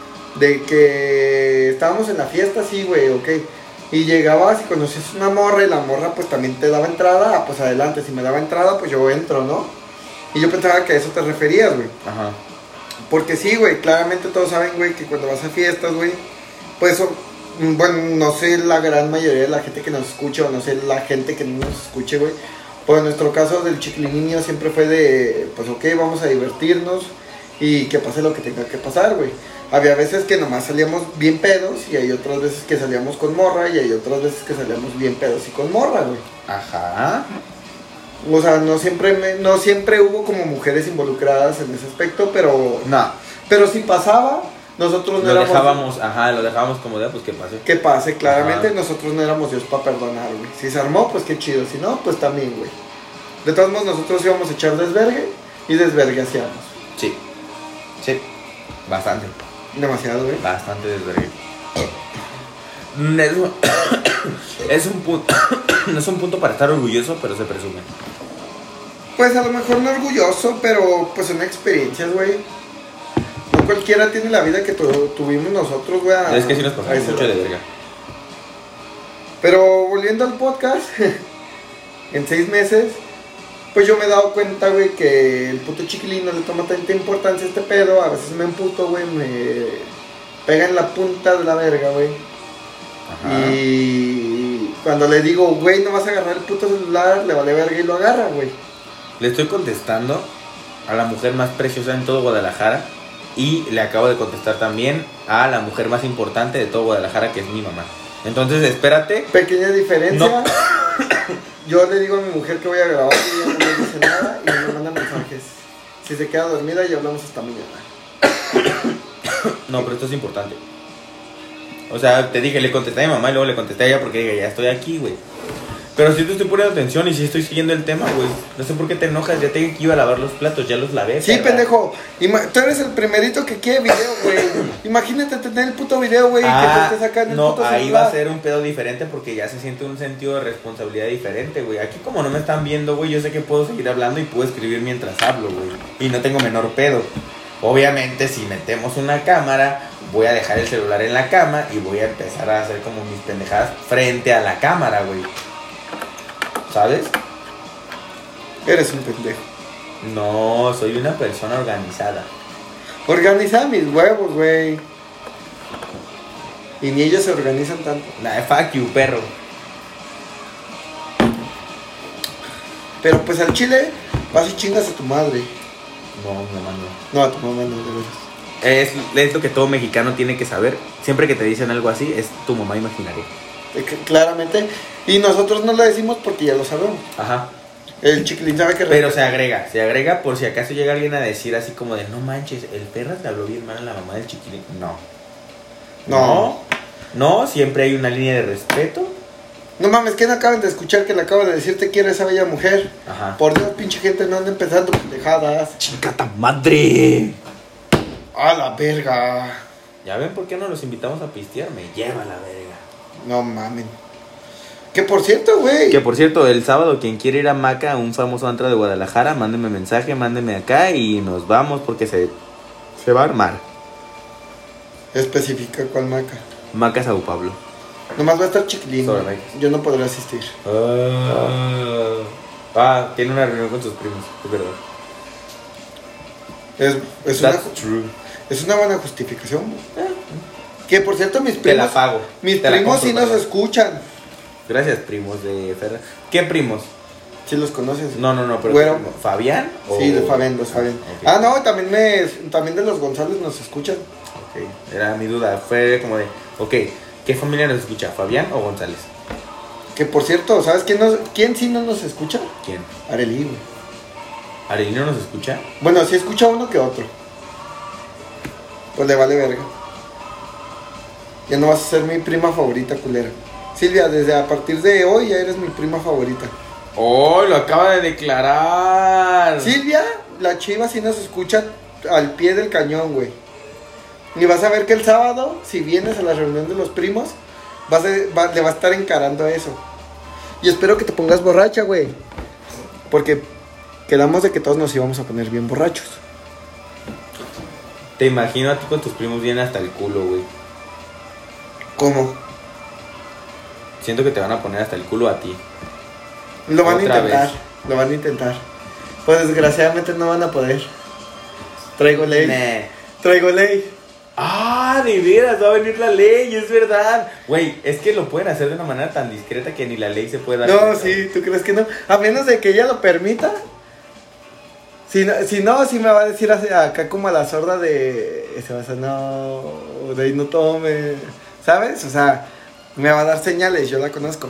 que estábamos en la fiesta, sí, güey, ok. Y llegabas y conocías una morra y la morra pues también te daba entrada, pues adelante, si me daba entrada pues yo entro, ¿no? Y yo pensaba que a eso te referías, güey. Ajá. Porque sí, güey, claramente todos saben, güey, que cuando vas a fiestas, güey, pues, bueno, no sé la gran mayoría de la gente que nos escucha o no sé la gente que no nos escuche, güey. Pues en nuestro caso del chiquilininio siempre fue de, pues ok, vamos a divertirnos y que pase lo que tenga que pasar, güey. Había veces que nomás salíamos bien pedos y hay otras veces que salíamos con morra y hay otras veces que salíamos bien pedos y con morra, güey. Ajá. O sea, no siempre hubo como mujeres involucradas en ese aspecto, pero No. pero si pasaba, nosotros no Lo éramos... dejábamos como de, pues que pase. Que pase, claramente, Ajá. nosotros no éramos Dios para perdonar, güey. Si se armó, pues qué chido, si no, pues también, güey. De todos modos, nosotros íbamos a echar desvergue y desvergue hacíamos. Sí. Sí. Bastante. Demasiado, güey. Bastante desvergue. Es un punto. No es un punto para estar orgulloso, pero se presume. Pues a lo mejor no orgulloso, pero pues son experiencias, güey. No cualquiera tiene la vida que tuvimos nosotros, güey. Es que sí nos a pasamos esa mucho edad. de verga. Pero volviendo al podcast, en 6 meses, pues yo me he dado cuenta, güey, que el puto chiquilín no le toma tanta importancia a este pedo. A veces me emputo, güey, me pega en la punta de la verga, güey. Ajá. Cuando le digo, güey, no vas a agarrar el puto celular, le vale verga y lo agarra, güey. Le estoy contestando a la mujer más preciosa en todo Guadalajara. Y le acabo de contestar también a la mujer más importante de todo Guadalajara, que es mi mamá. Entonces, espérate. Pequeña diferencia. No. Yo le digo a mi mujer que voy a grabar y ella no me dice nada y me manda mensajes. Si se queda dormida y hablamos hasta mañana. No, pero esto es importante. O sea, te dije, le contesté a mi mamá y luego le contesté a ella porque dije, ya estoy aquí, güey. Pero sí te estoy poniendo atención y sí estoy siguiendo el tema, güey. No sé por qué te enojas, ya te dije que iba a lavar los platos, ya los lavé. Sí, perra. pendejo. Tú eres el primerito que quiere video, güey. Imagínate tener el puto video, güey, y que te esté sacando no, el puto ahí celular. va a ser un pedo diferente porque ya se siente un sentido de responsabilidad diferente, güey. Aquí como no me están viendo, güey, yo sé que puedo seguir hablando y puedo escribir mientras hablo, güey. Y no tengo menor pedo. Obviamente, si metemos una cámara, voy a dejar el celular en la cama y voy a empezar a hacer como mis pendejadas frente a la cámara, güey. ¿Sabes? Eres un pendejo. No, soy una persona organizada. Organiza mis huevos, güey. Y ni ellos se organizan tanto. Nah, fuck you, perro. Pero pues al chile, vas y chingas a tu madre. No, mi mamá no. No, a tu mamá no, de veras. Es lo que todo mexicano tiene que saber. Siempre que te dicen algo así, es tu mamá imaginaria. Claramente. Y nosotros no lo decimos porque ya lo sabemos. Ajá. El chiquilín sabe que... Pero se agrega por si acaso llega alguien a decir así como de, no manches, el perra te habló bien mal a la mamá del chiquilín. No, siempre hay una línea de respeto. No mames, que no acaban de escuchar que le acabo de decir te quiero esa bella mujer. Ajá. Por Dios, pinche gente, no anda empezando pendejadas. ¡Chingata madre! A la verga. ¿Ya ven por qué no los invitamos a pistear? Me lleva la verga. No mames. Que por cierto, güey. Que por cierto, el sábado quien quiere ir a Maca, un famoso antro de Guadalajara, mándeme mensaje, mándeme acá y nos vamos porque se va a armar. Especifica cuál maca. Maca Sao Pablo. Nomás va a estar chiquilín. Sobre güey. Maca. Yo no podré asistir. Tiene una reunión con sus primos, es verdad. Es una buena justificación. Que por cierto, mis Te primos. la pago. Mis Te la primos compro, sí nos perdón. escuchan. Gracias, primos de Ferra. ¿Qué primos? Sí los conoces. No, pero Güero. ¿primo? ¿Fabián? Sí, de Fabián, los Fabián. Ok. Ah, no, también de los González nos escuchan. Ok, era mi duda. Fue como de, ok, ¿qué familia nos escucha? ¿Fabián o González? Que por cierto, ¿sabes quién sí no nos escucha? ¿Quién? Arely, güey. ¿Arelino nos escucha? Bueno, sí escucha uno que otro. Pues le vale verga. Ya no vas a ser mi prima favorita, culera. Silvia, desde a partir de hoy ya eres mi prima favorita. ¡Oh, lo acaba de declarar! Silvia, la chiva sí nos escucha al pie del cañón, güey. Y vas a ver que el sábado, si vienes a la reunión de los primos, le va a estar encarando eso. Y espero que te pongas borracha, güey. Porque quedamos de que todos nos íbamos a poner bien borrachos. Te imagino a ti con tus primos bien hasta el culo, güey. ¿Cómo? Siento que te van a poner hasta el culo a ti. Lo van a Otra intentar, vez. lo van a intentar. Pues desgraciadamente no van a poder. Traigo ley. Nah. Traigo ley. Ah, de veras, va a venir la ley, es verdad. Güey, es que lo pueden hacer de una manera tan discreta que ni la ley se puede dar No, cuenta. sí, ¿tú crees que no? A menos de que ella lo permita. Si no, sí me va a decir acá como a la sorda de... no, de ahí no tome. ¿Sabes? O sea, me va a dar señales, yo la conozco.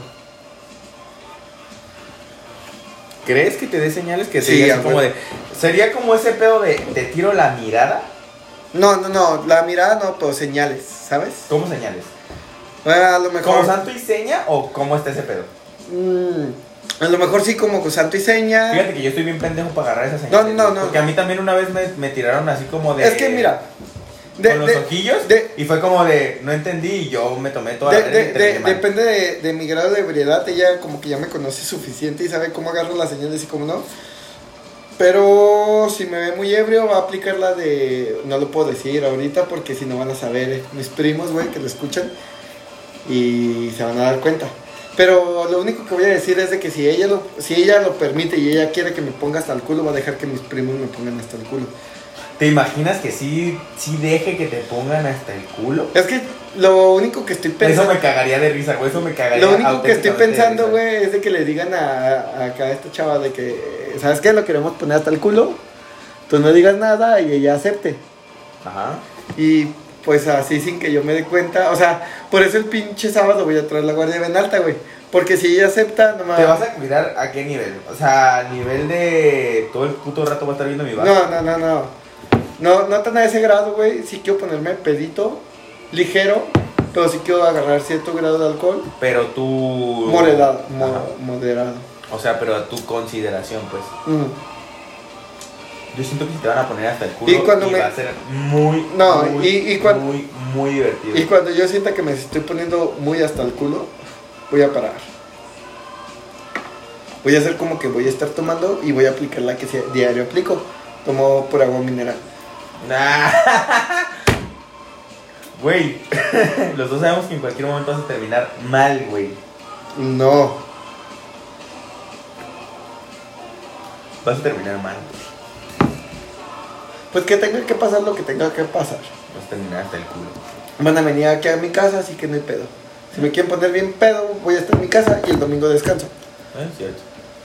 ¿Crees que te dé señales que te Sí, digas a como huevo. de... Sería como ese pedo de te tiro la mirada? No, la mirada no, pero señales, ¿sabes? ¿Cómo señales? A lo mejor... ¿Como santo y seña o cómo está ese pedo? A lo mejor sí como con santo y seña. Fíjate que yo estoy bien pendejo para agarrar esas señales. No. Porque a mí también una vez me tiraron así como de... Es que mira... con los ojillos y fue como de... No entendí y yo me tomé toda la verga y terminé mal. Depende de mi grado de ebriedad. Ella como que ya me conoce suficiente y sabe cómo agarro las señales y cómo no. Pero si me ve muy ebrio va a aplicar la de... No lo puedo decir ahorita porque si no van a saber mis primos, güey, que lo escuchan. Y se van a dar cuenta. Pero lo único que voy a decir es de que si ella lo permite y ella quiere que me ponga hasta el culo, va a dejar que mis primos me pongan hasta el culo. ¿Te imaginas que sí deje que te pongan hasta el culo? Es que Lo único que estoy Eso pensando... me cagaría de risa, güey. Eso me cagaría. Lo único que estoy auténticamente de pensando, risa. güey, es de que le digan a acá a esta chava de que, ¿sabes qué? Lo queremos poner hasta el culo. Tú no digas nada y ella acepte. Ajá. Y pues así sin que yo me dé cuenta. O sea, por eso el pinche sábado voy a traer la guardia bien alta, güey. Porque si ella acepta, nomás... ¿Te vas a cuidar a qué nivel? O sea, a nivel de todo el puto rato voy a estar viendo mi vaso. No tan a ese grado, güey. Sí quiero ponerme pedito, ligero, pero sí quiero agarrar cierto grado de alcohol. Pero tú... Moderado. Ajá. Moderado. O sea, pero a tu consideración, pues. Mm. Yo siento que si te van a poner hasta el culo Y cuando va a ser muy, No, muy, y cuando- muy divertido. Y cuando yo sienta que me estoy poniendo muy hasta el culo, voy a parar. Voy a hacer como que voy a estar tomando y voy a aplicar la que diario aplico. Tomo por agua mineral. Nah. Güey, los dos sabemos que en cualquier momento vas a terminar mal, güey. No. Vas a terminar mal. Pues que tenga que pasar lo que tenga que pasar. Vas a terminar hasta el culo. Van a venir aquí a mi casa, así que no hay pedo. Si me quieren poner bien pedo, voy a estar en mi casa y el domingo descanso. Es cierto.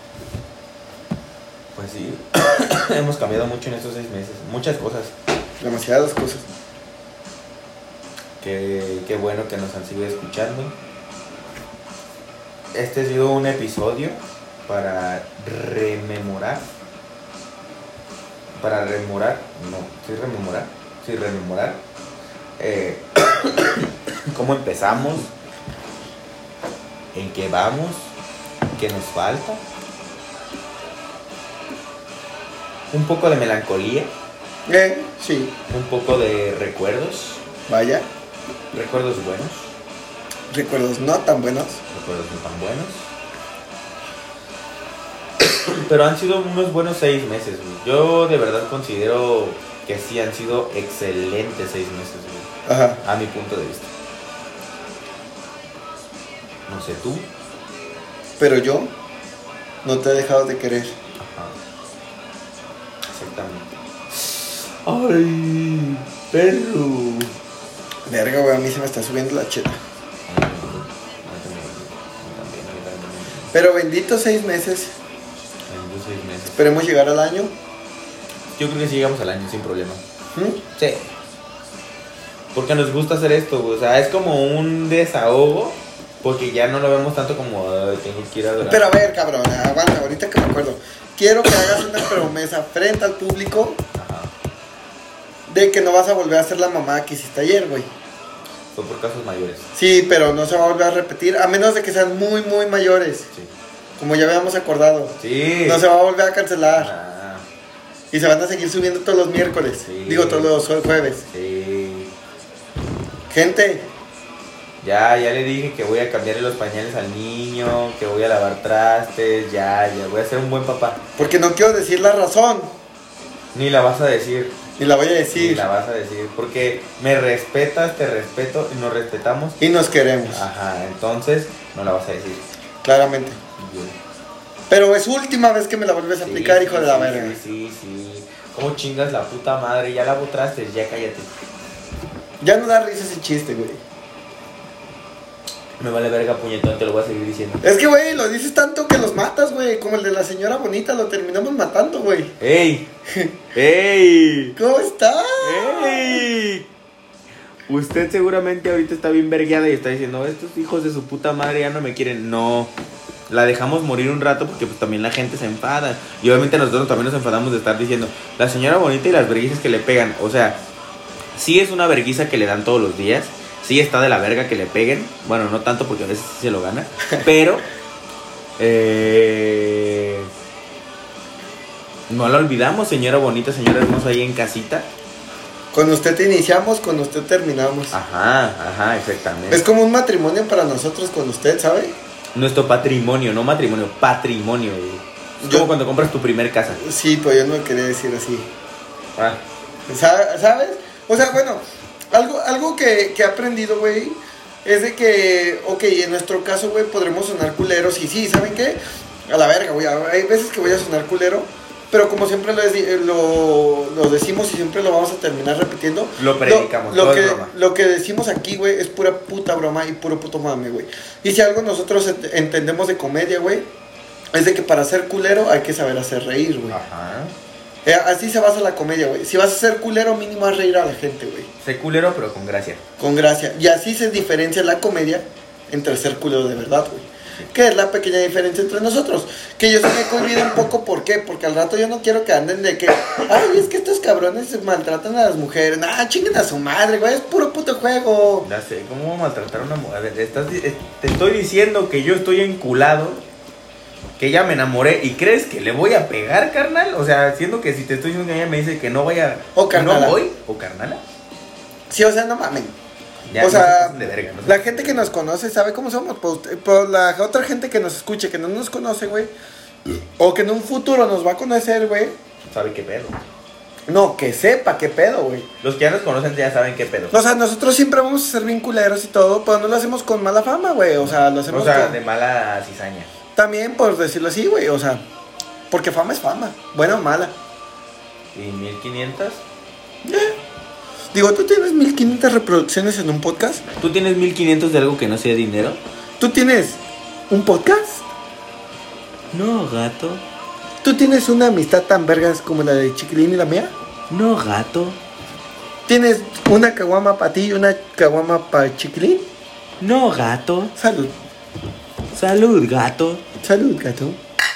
Pues sí, hemos cambiado mucho en estos 6 meses. Muchas cosas. Demasiadas cosas. Qué bueno que nos han seguido escuchando. Este ha sido un episodio para rememorar. Rememorar. Cómo empezamos, en qué vamos, qué nos falta. Un poco de melancolía, Sí, un poco de recuerdos, vaya. recuerdos buenos, Recuerdos no tan buenos. recuerdos no tan buenos. Pero han sido unos buenos 6 meses, güey. Yo de verdad considero que sí han sido excelentes 6 meses, güey. Ajá. A mi punto de vista. No sé tú. Pero yo no te he dejado de querer. Ajá. Exactamente. Ay, perro. Verga, güey, a mí se me está subiendo la cheta. Pero benditos 6 meses. En 6 meses. Esperemos llegar al año. Yo creo que sí llegamos al año sin problema. ¿Mm? Sí. Porque nos gusta hacer esto, güey. O sea, es como un desahogo. Porque ya no lo vemos tanto como "Ay, tengo que ir a adorar". Pero a ver, cabrón, aguanta, ahorita que me acuerdo. Quiero que hagas una promesa frente al público Ajá. de que no vas a volver a hacer la mamada que hiciste ayer, güey. Fue por casos mayores. Sí, pero no se va a volver a repetir, a menos de que sean muy, muy mayores. Sí. Como ya habíamos acordado. Sí. No se va a volver a cancelar. Ah, Y se van a seguir subiendo todos los miércoles. Sí. Digo, todos los jueves. sí. Gente, Ya le dije que voy a cambiarle los pañales al niño, que voy a lavar trastes, ya voy a ser un buen papá. porque no quiero decir la razón. Ni la vas a decir, Ni la voy a ni decir. la vas a decir, porque me respetas, te respeto y nos respetamos. Y nos queremos, Ajá, entonces no la vas a decir. claramente. Bien. Pero es última vez que me la vuelves a Sí, aplicar, hijo de la sí, verga. Sí. ¿Cómo chingas la puta madre? Ya lavo trastes, ya cállate. Ya no da risa ese chiste, güey. Me vale verga, puñetón, te lo voy a seguir diciendo. Es que, güey, lo dices tanto que los matas, güey. Como el de la señora bonita, lo terminamos matando, güey. ¡Ey! ¡Ey! ¿Cómo está? ¡Ey! Usted seguramente ahorita está bien vergueada y está diciendo, estos hijos de su puta madre ya no me quieren. No, la dejamos morir un rato porque pues también la gente se enfada. Y obviamente nosotros también nos enfadamos de estar diciendo, la señora bonita y las verguizas que le pegan. O sea, sí es una verguiza que le dan todos los días. Sí está de la verga que le peguen. Bueno, no tanto porque a veces sí se lo gana. Pero no la olvidamos, señora bonita, señora hermosa ahí en casita. Con usted te iniciamos, con usted terminamos. Ajá, exactamente. Es como un matrimonio para nosotros con usted, ¿sabe? Nuestro patrimonio, no matrimonio, patrimonio, güey. Es como cuando compras tu primer casa. Sí, pues yo no quería decir así. Ah, ¿Sabes? O sea, bueno, algo que he aprendido, güey, es de que, ok, en nuestro caso, güey, podremos sonar culeros. Y sí, ¿saben qué? A la verga, güey. Hay veces que voy a sonar culero. pero como siempre lo decimos y siempre lo vamos a terminar repitiendo. Lo predicamos, todo es broma. Lo que decimos aquí, güey, es pura puta broma y puro puto mame, güey. Y si algo nosotros entendemos de comedia, güey, es de que para ser culero hay que saber hacer reír, güey. Ajá. Así se basa la comedia, güey. Si vas a ser culero, mínimo haz reír a la gente, güey. Sé culero, pero con gracia. Con gracia. Y así se diferencia la comedia entre ser culero de verdad, güey. Que es la pequeña diferencia entre nosotros. Que yo se me he cohibido un poco, ¿por qué? Porque al rato yo no quiero que anden de que, ay, es que estos cabrones maltratan a las mujeres. Nah, chinguen a su madre, güey, es puro puto juego. Ya sé, ¿cómo maltratar a una mujer? A ver, te estoy diciendo que yo estoy enculado, que ya me enamoré, ¿y crees que le voy a pegar, carnal? O sea, siendo que si te estoy diciendo que ella me dice que no vaya, o carnala. no voy, o carnala. Sí, o sea, no mamen. Ya, o sea, de verga, ¿no? La gente que nos conoce sabe cómo somos, pero la otra gente que nos escuche, que no nos conoce, güey, o que en un futuro nos va a conocer, güey, Sabe qué pedo. no, que sepa qué pedo, güey. Los que ya nos conocen ya saben qué pedo. O sea, nosotros siempre vamos a ser bien culeros y todo, pero no lo hacemos con mala fama, güey. O sea, lo hacemos con... de mala cizaña. También, por decirlo así, güey, o sea, porque fama es fama, buena o mala. ¿Y 1500? Digo, ¿tú tienes 1500 reproducciones en un podcast? ¿Tú tienes 1500 de algo que no sea dinero? ¿Tú tienes un podcast? No, gato. ¿Tú tienes una amistad tan vergas como la de Chiquilín y la mía? No, gato. ¿Tienes una caguama para ti y una caguama para Chiquilín? No, gato. Salud. Salud, gato. Salud, gato.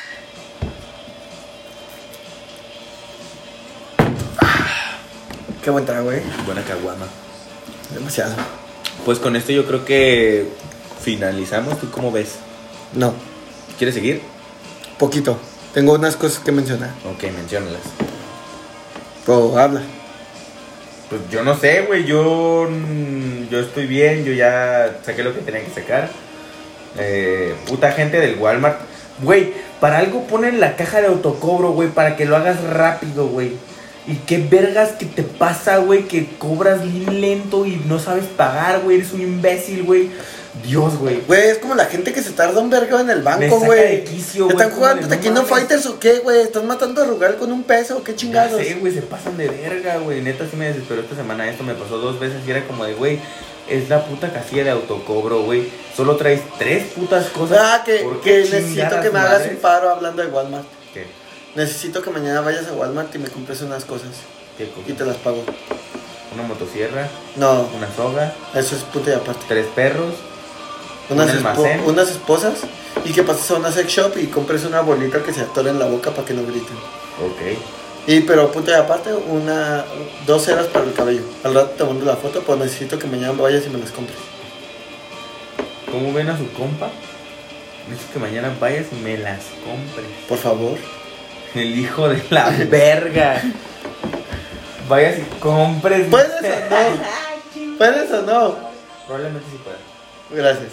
Qué buen trago, Buena caguama. Demasiado. Pues con esto yo creo que finalizamos. ¿Tú cómo ves? No, ¿Quieres seguir? poquito. Tengo unas cosas que mencionar. Ok, menciónalas. Pero habla. Pues yo no sé, güey. Yo estoy bien. Yo ya saqué lo que tenía que sacar. Puta gente del Walmart. Güey, para algo ponen la caja de autocobro, güey. Para que lo hagas rápido, güey. ¿Y qué vergas que te pasa, güey? Que cobras bien lento y no sabes pagar, güey. Eres un imbécil, güey. Dios, güey. Güey, es como la gente que se tarda un vergo en el Me banco, saca güey. de quicio, güey. ¿Están ¿Cómo jugando de no Tequino mames? Fighters o qué, güey? ¿Están matando a Rugal con un peso o qué Ya chingados? sé, güey, se pasan de verga, güey. Neta, sí me desesperó esta semana. Esto me pasó 2 veces y era como de, güey, es la puta casilla de autocobro, güey. Solo traes 3 putas cosas. Ah, ¿Por qué que necesito chingadas que me hagas madres? un paro hablando de Walmart. ¿Qué? Necesito que mañana vayas a Walmart y me compres unas cosas. ¿Qué cosa? Y te las pago. Una motosierra, No, una soga, eso es puta y aparte. 3 perros. Unas, un almacén. unas esposas y que pases a una sex shop y compres una bolita que se atore en la boca para que no griten. Ok. Y pero puta y aparte, 2 ceras para el cabello. Al rato te mando la foto, pues necesito que mañana vayas y me las compres. ¿Cómo ven a su compa? Necesito que mañana vayas y me las compres. Por favor. El hijo de la verga. Vayas y compres. ¿Puedes o no? ¿Puedes o no? Probablemente sí pueda. Gracias.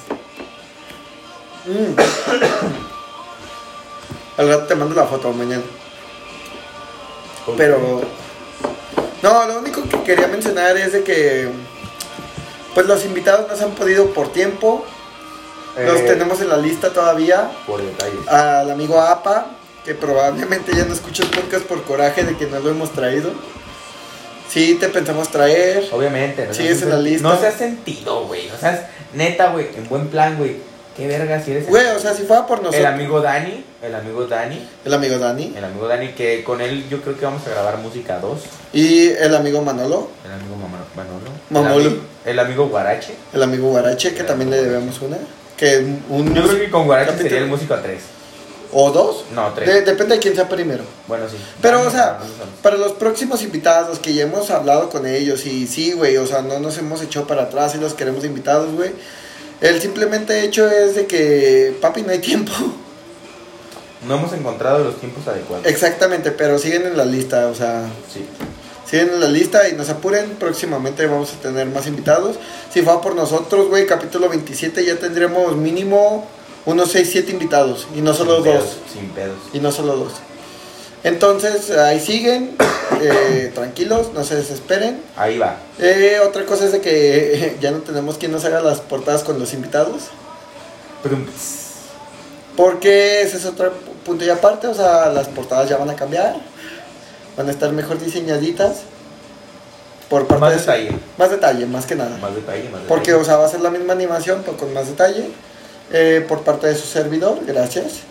Al rato te mando la foto mañana. Ok. Pero no, lo único que quería mencionar es de que pues los invitados no se han podido por tiempo. Los tenemos en la lista todavía. Por detalles. Al amigo APA, que probablemente ya no escucha el podcast por coraje de que no lo hemos traído. Sí, te pensamos traer. Obviamente, no Sí, es en la lista. No se ha sentido, güey. O sea, neta, güey, en buen plan, güey. Qué verga si eres. Güey, o sea, si fuera por nosotros. El amigo Dani. El amigo Dani. El amigo Dani. El amigo Dani, que con él yo creo que vamos a grabar música 2. Y el amigo Manolo. El amigo Manolo. Manolo. El amigo Guarache. El amigo Guarache, que también le debemos una. Que un Yo creo que con Guarache capítulo- sería el músico a 3. ¿O 2? No, 3. Depende de quién sea primero. Bueno, sí. Pero, Dani, o sea, no sabes. para los próximos invitados que ya hemos hablado con ellos, y sí, güey, o sea, no nos hemos echado para atrás y los queremos invitados, güey. El simplemente hecho es de que, papi, no hay tiempo. No hemos encontrado los tiempos adecuados. Exactamente, pero siguen en la lista, o sea, Sí. siguen en la lista y nos apuren. Próximamente vamos a tener más invitados. Si fuera por nosotros, güey, capítulo 27 ya tendremos mínimo unos 6-7 invitados y no solo Sin 2. pedos, sin pedos. Y no solo 2. Entonces, ahí siguen, tranquilos, no se desesperen. Ahí va. Otra cosa es de que ya no tenemos quien nos haga las portadas con los invitados. Pero, Porque esa es otra punto y aparte, o sea, las portadas ya van a cambiar. Van a estar mejor diseñaditas. Por parte Más de detalle. Más detalle, más que nada. Más detalle, más detalle. Porque, o sea, va a ser la misma animación, pero con más detalle. Por parte de su servidor, gracias.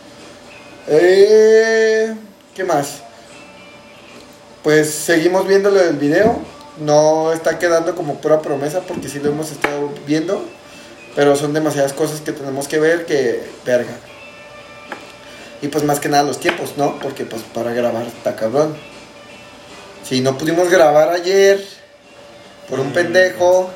¿Qué más? Pues seguimos viéndolo del video. No está quedando como pura promesa porque sí lo hemos estado viendo. Pero son demasiadas cosas que tenemos que ver que verga. Y pues más que nada los tiempos, ¿no? Porque pues para grabar está cabrón. Si no pudimos grabar ayer por un pendejo.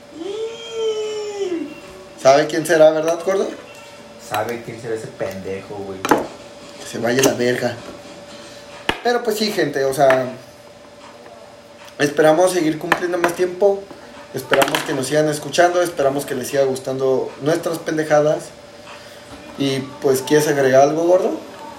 ¿Sabe quién será, verdad, gordo? ¿Sabe quién será ese pendejo, güey? Que se vaya la verga. Pero pues sí, gente, o sea, esperamos seguir cumpliendo más tiempo. Esperamos que nos sigan escuchando. Esperamos que les siga gustando nuestras pendejadas. Y pues, ¿quieres agregar algo, gordo?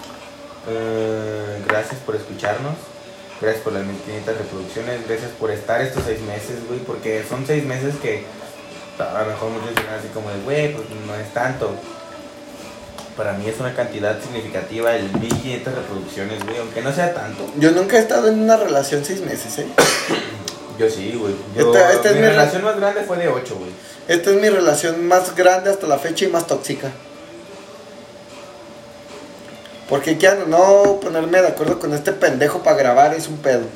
Gracias por escucharnos. Gracias por las 1500 reproducciones. Gracias por estar estos 6 meses, güey. Porque son 6 meses que a lo mejor muchos dirán así como de, güey, pues no es tanto. Para mí es una cantidad significativa el 1500 reproducciones, güey. Aunque no sea tanto. Yo nunca he estado en una relación 6 meses, Yo sí, güey. Esta es Mi mi relación más grande fue de 8, güey. Esta es mi relación más grande hasta la fecha y más tóxica. Porque quiero no ponerme de acuerdo con este pendejo para grabar es un pedo.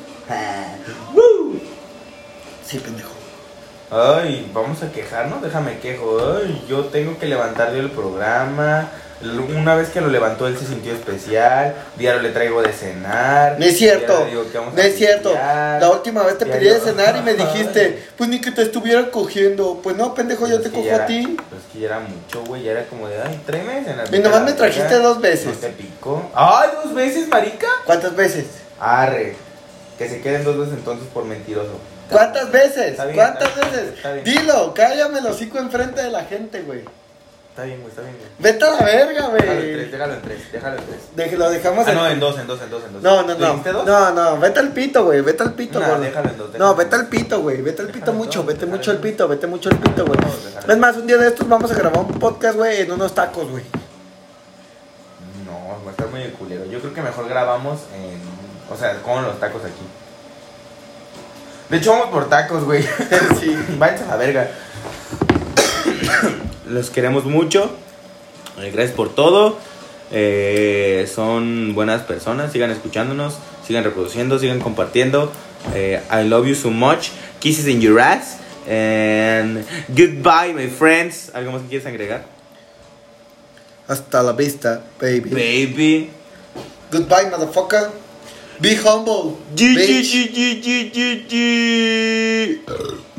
Sí, pendejo. Ay, vamos a quejarnos, déjame quejo. Ay, yo tengo que levantar yo el programa. Una vez que lo levantó él se sintió especial. Diario le traigo de cenar. No es cierto, Diario le digo que vamos no a es cierto. pistear. La última vez te pedí Diario- de cenar y me dijiste, pues ni que te estuvieran cogiendo. Pues no, pendejo, yo Pues te es que cojo ya a era- ti. Pues es que ya era mucho, güey. Ya era como de, ay, tráeme de cenar. Y nomás me trajiste 2 veces. No te pico. Ay, 2 veces, marica. ¿Cuántas veces? Arre. Que se queden 2 veces entonces por mentiroso. ¿Cuántas veces? Está bien, ¿Cuántas está bien, veces? está bien. Dilo, cállame el hocico enfrente de la gente, güey. Está bien, güey, está bien, güey. Vete a la verga, Déjalo en güey. 3, déjalo en 3. Lo dejamos Ah, no, en 2, en 2, en 2, en 2. No, no, ¿Tú no. dijiste 2? No, vete al pito, güey. Vete al pito, Nah, gordo. déjalo en 2. No, vete al pito, güey. Vete al Déjalo pito en mucho. dos, Vete déjalo mucho en al pito. Vete mucho al pito, güey. No, déjalo. Es más, un día de estos vamos a grabar un podcast, güey, en unos tacos, güey. No, va a estar muy culero. Yo creo que mejor grabamos en. O sea, con los tacos aquí. De hecho, vamos por tacos, güey. Sí. Váyanse a la verga. Los queremos mucho. Gracias por todo. Son buenas personas. Sigan escuchándonos. Sigan reproduciendo. Sigan compartiendo. I love you so much. Kisses in your ass. And goodbye, my friends. ¿Algo más que quieres agregar? Hasta la vista, baby. Baby. Goodbye, motherfucker. Be humble. G, bitch. G, G, G, G, G, G.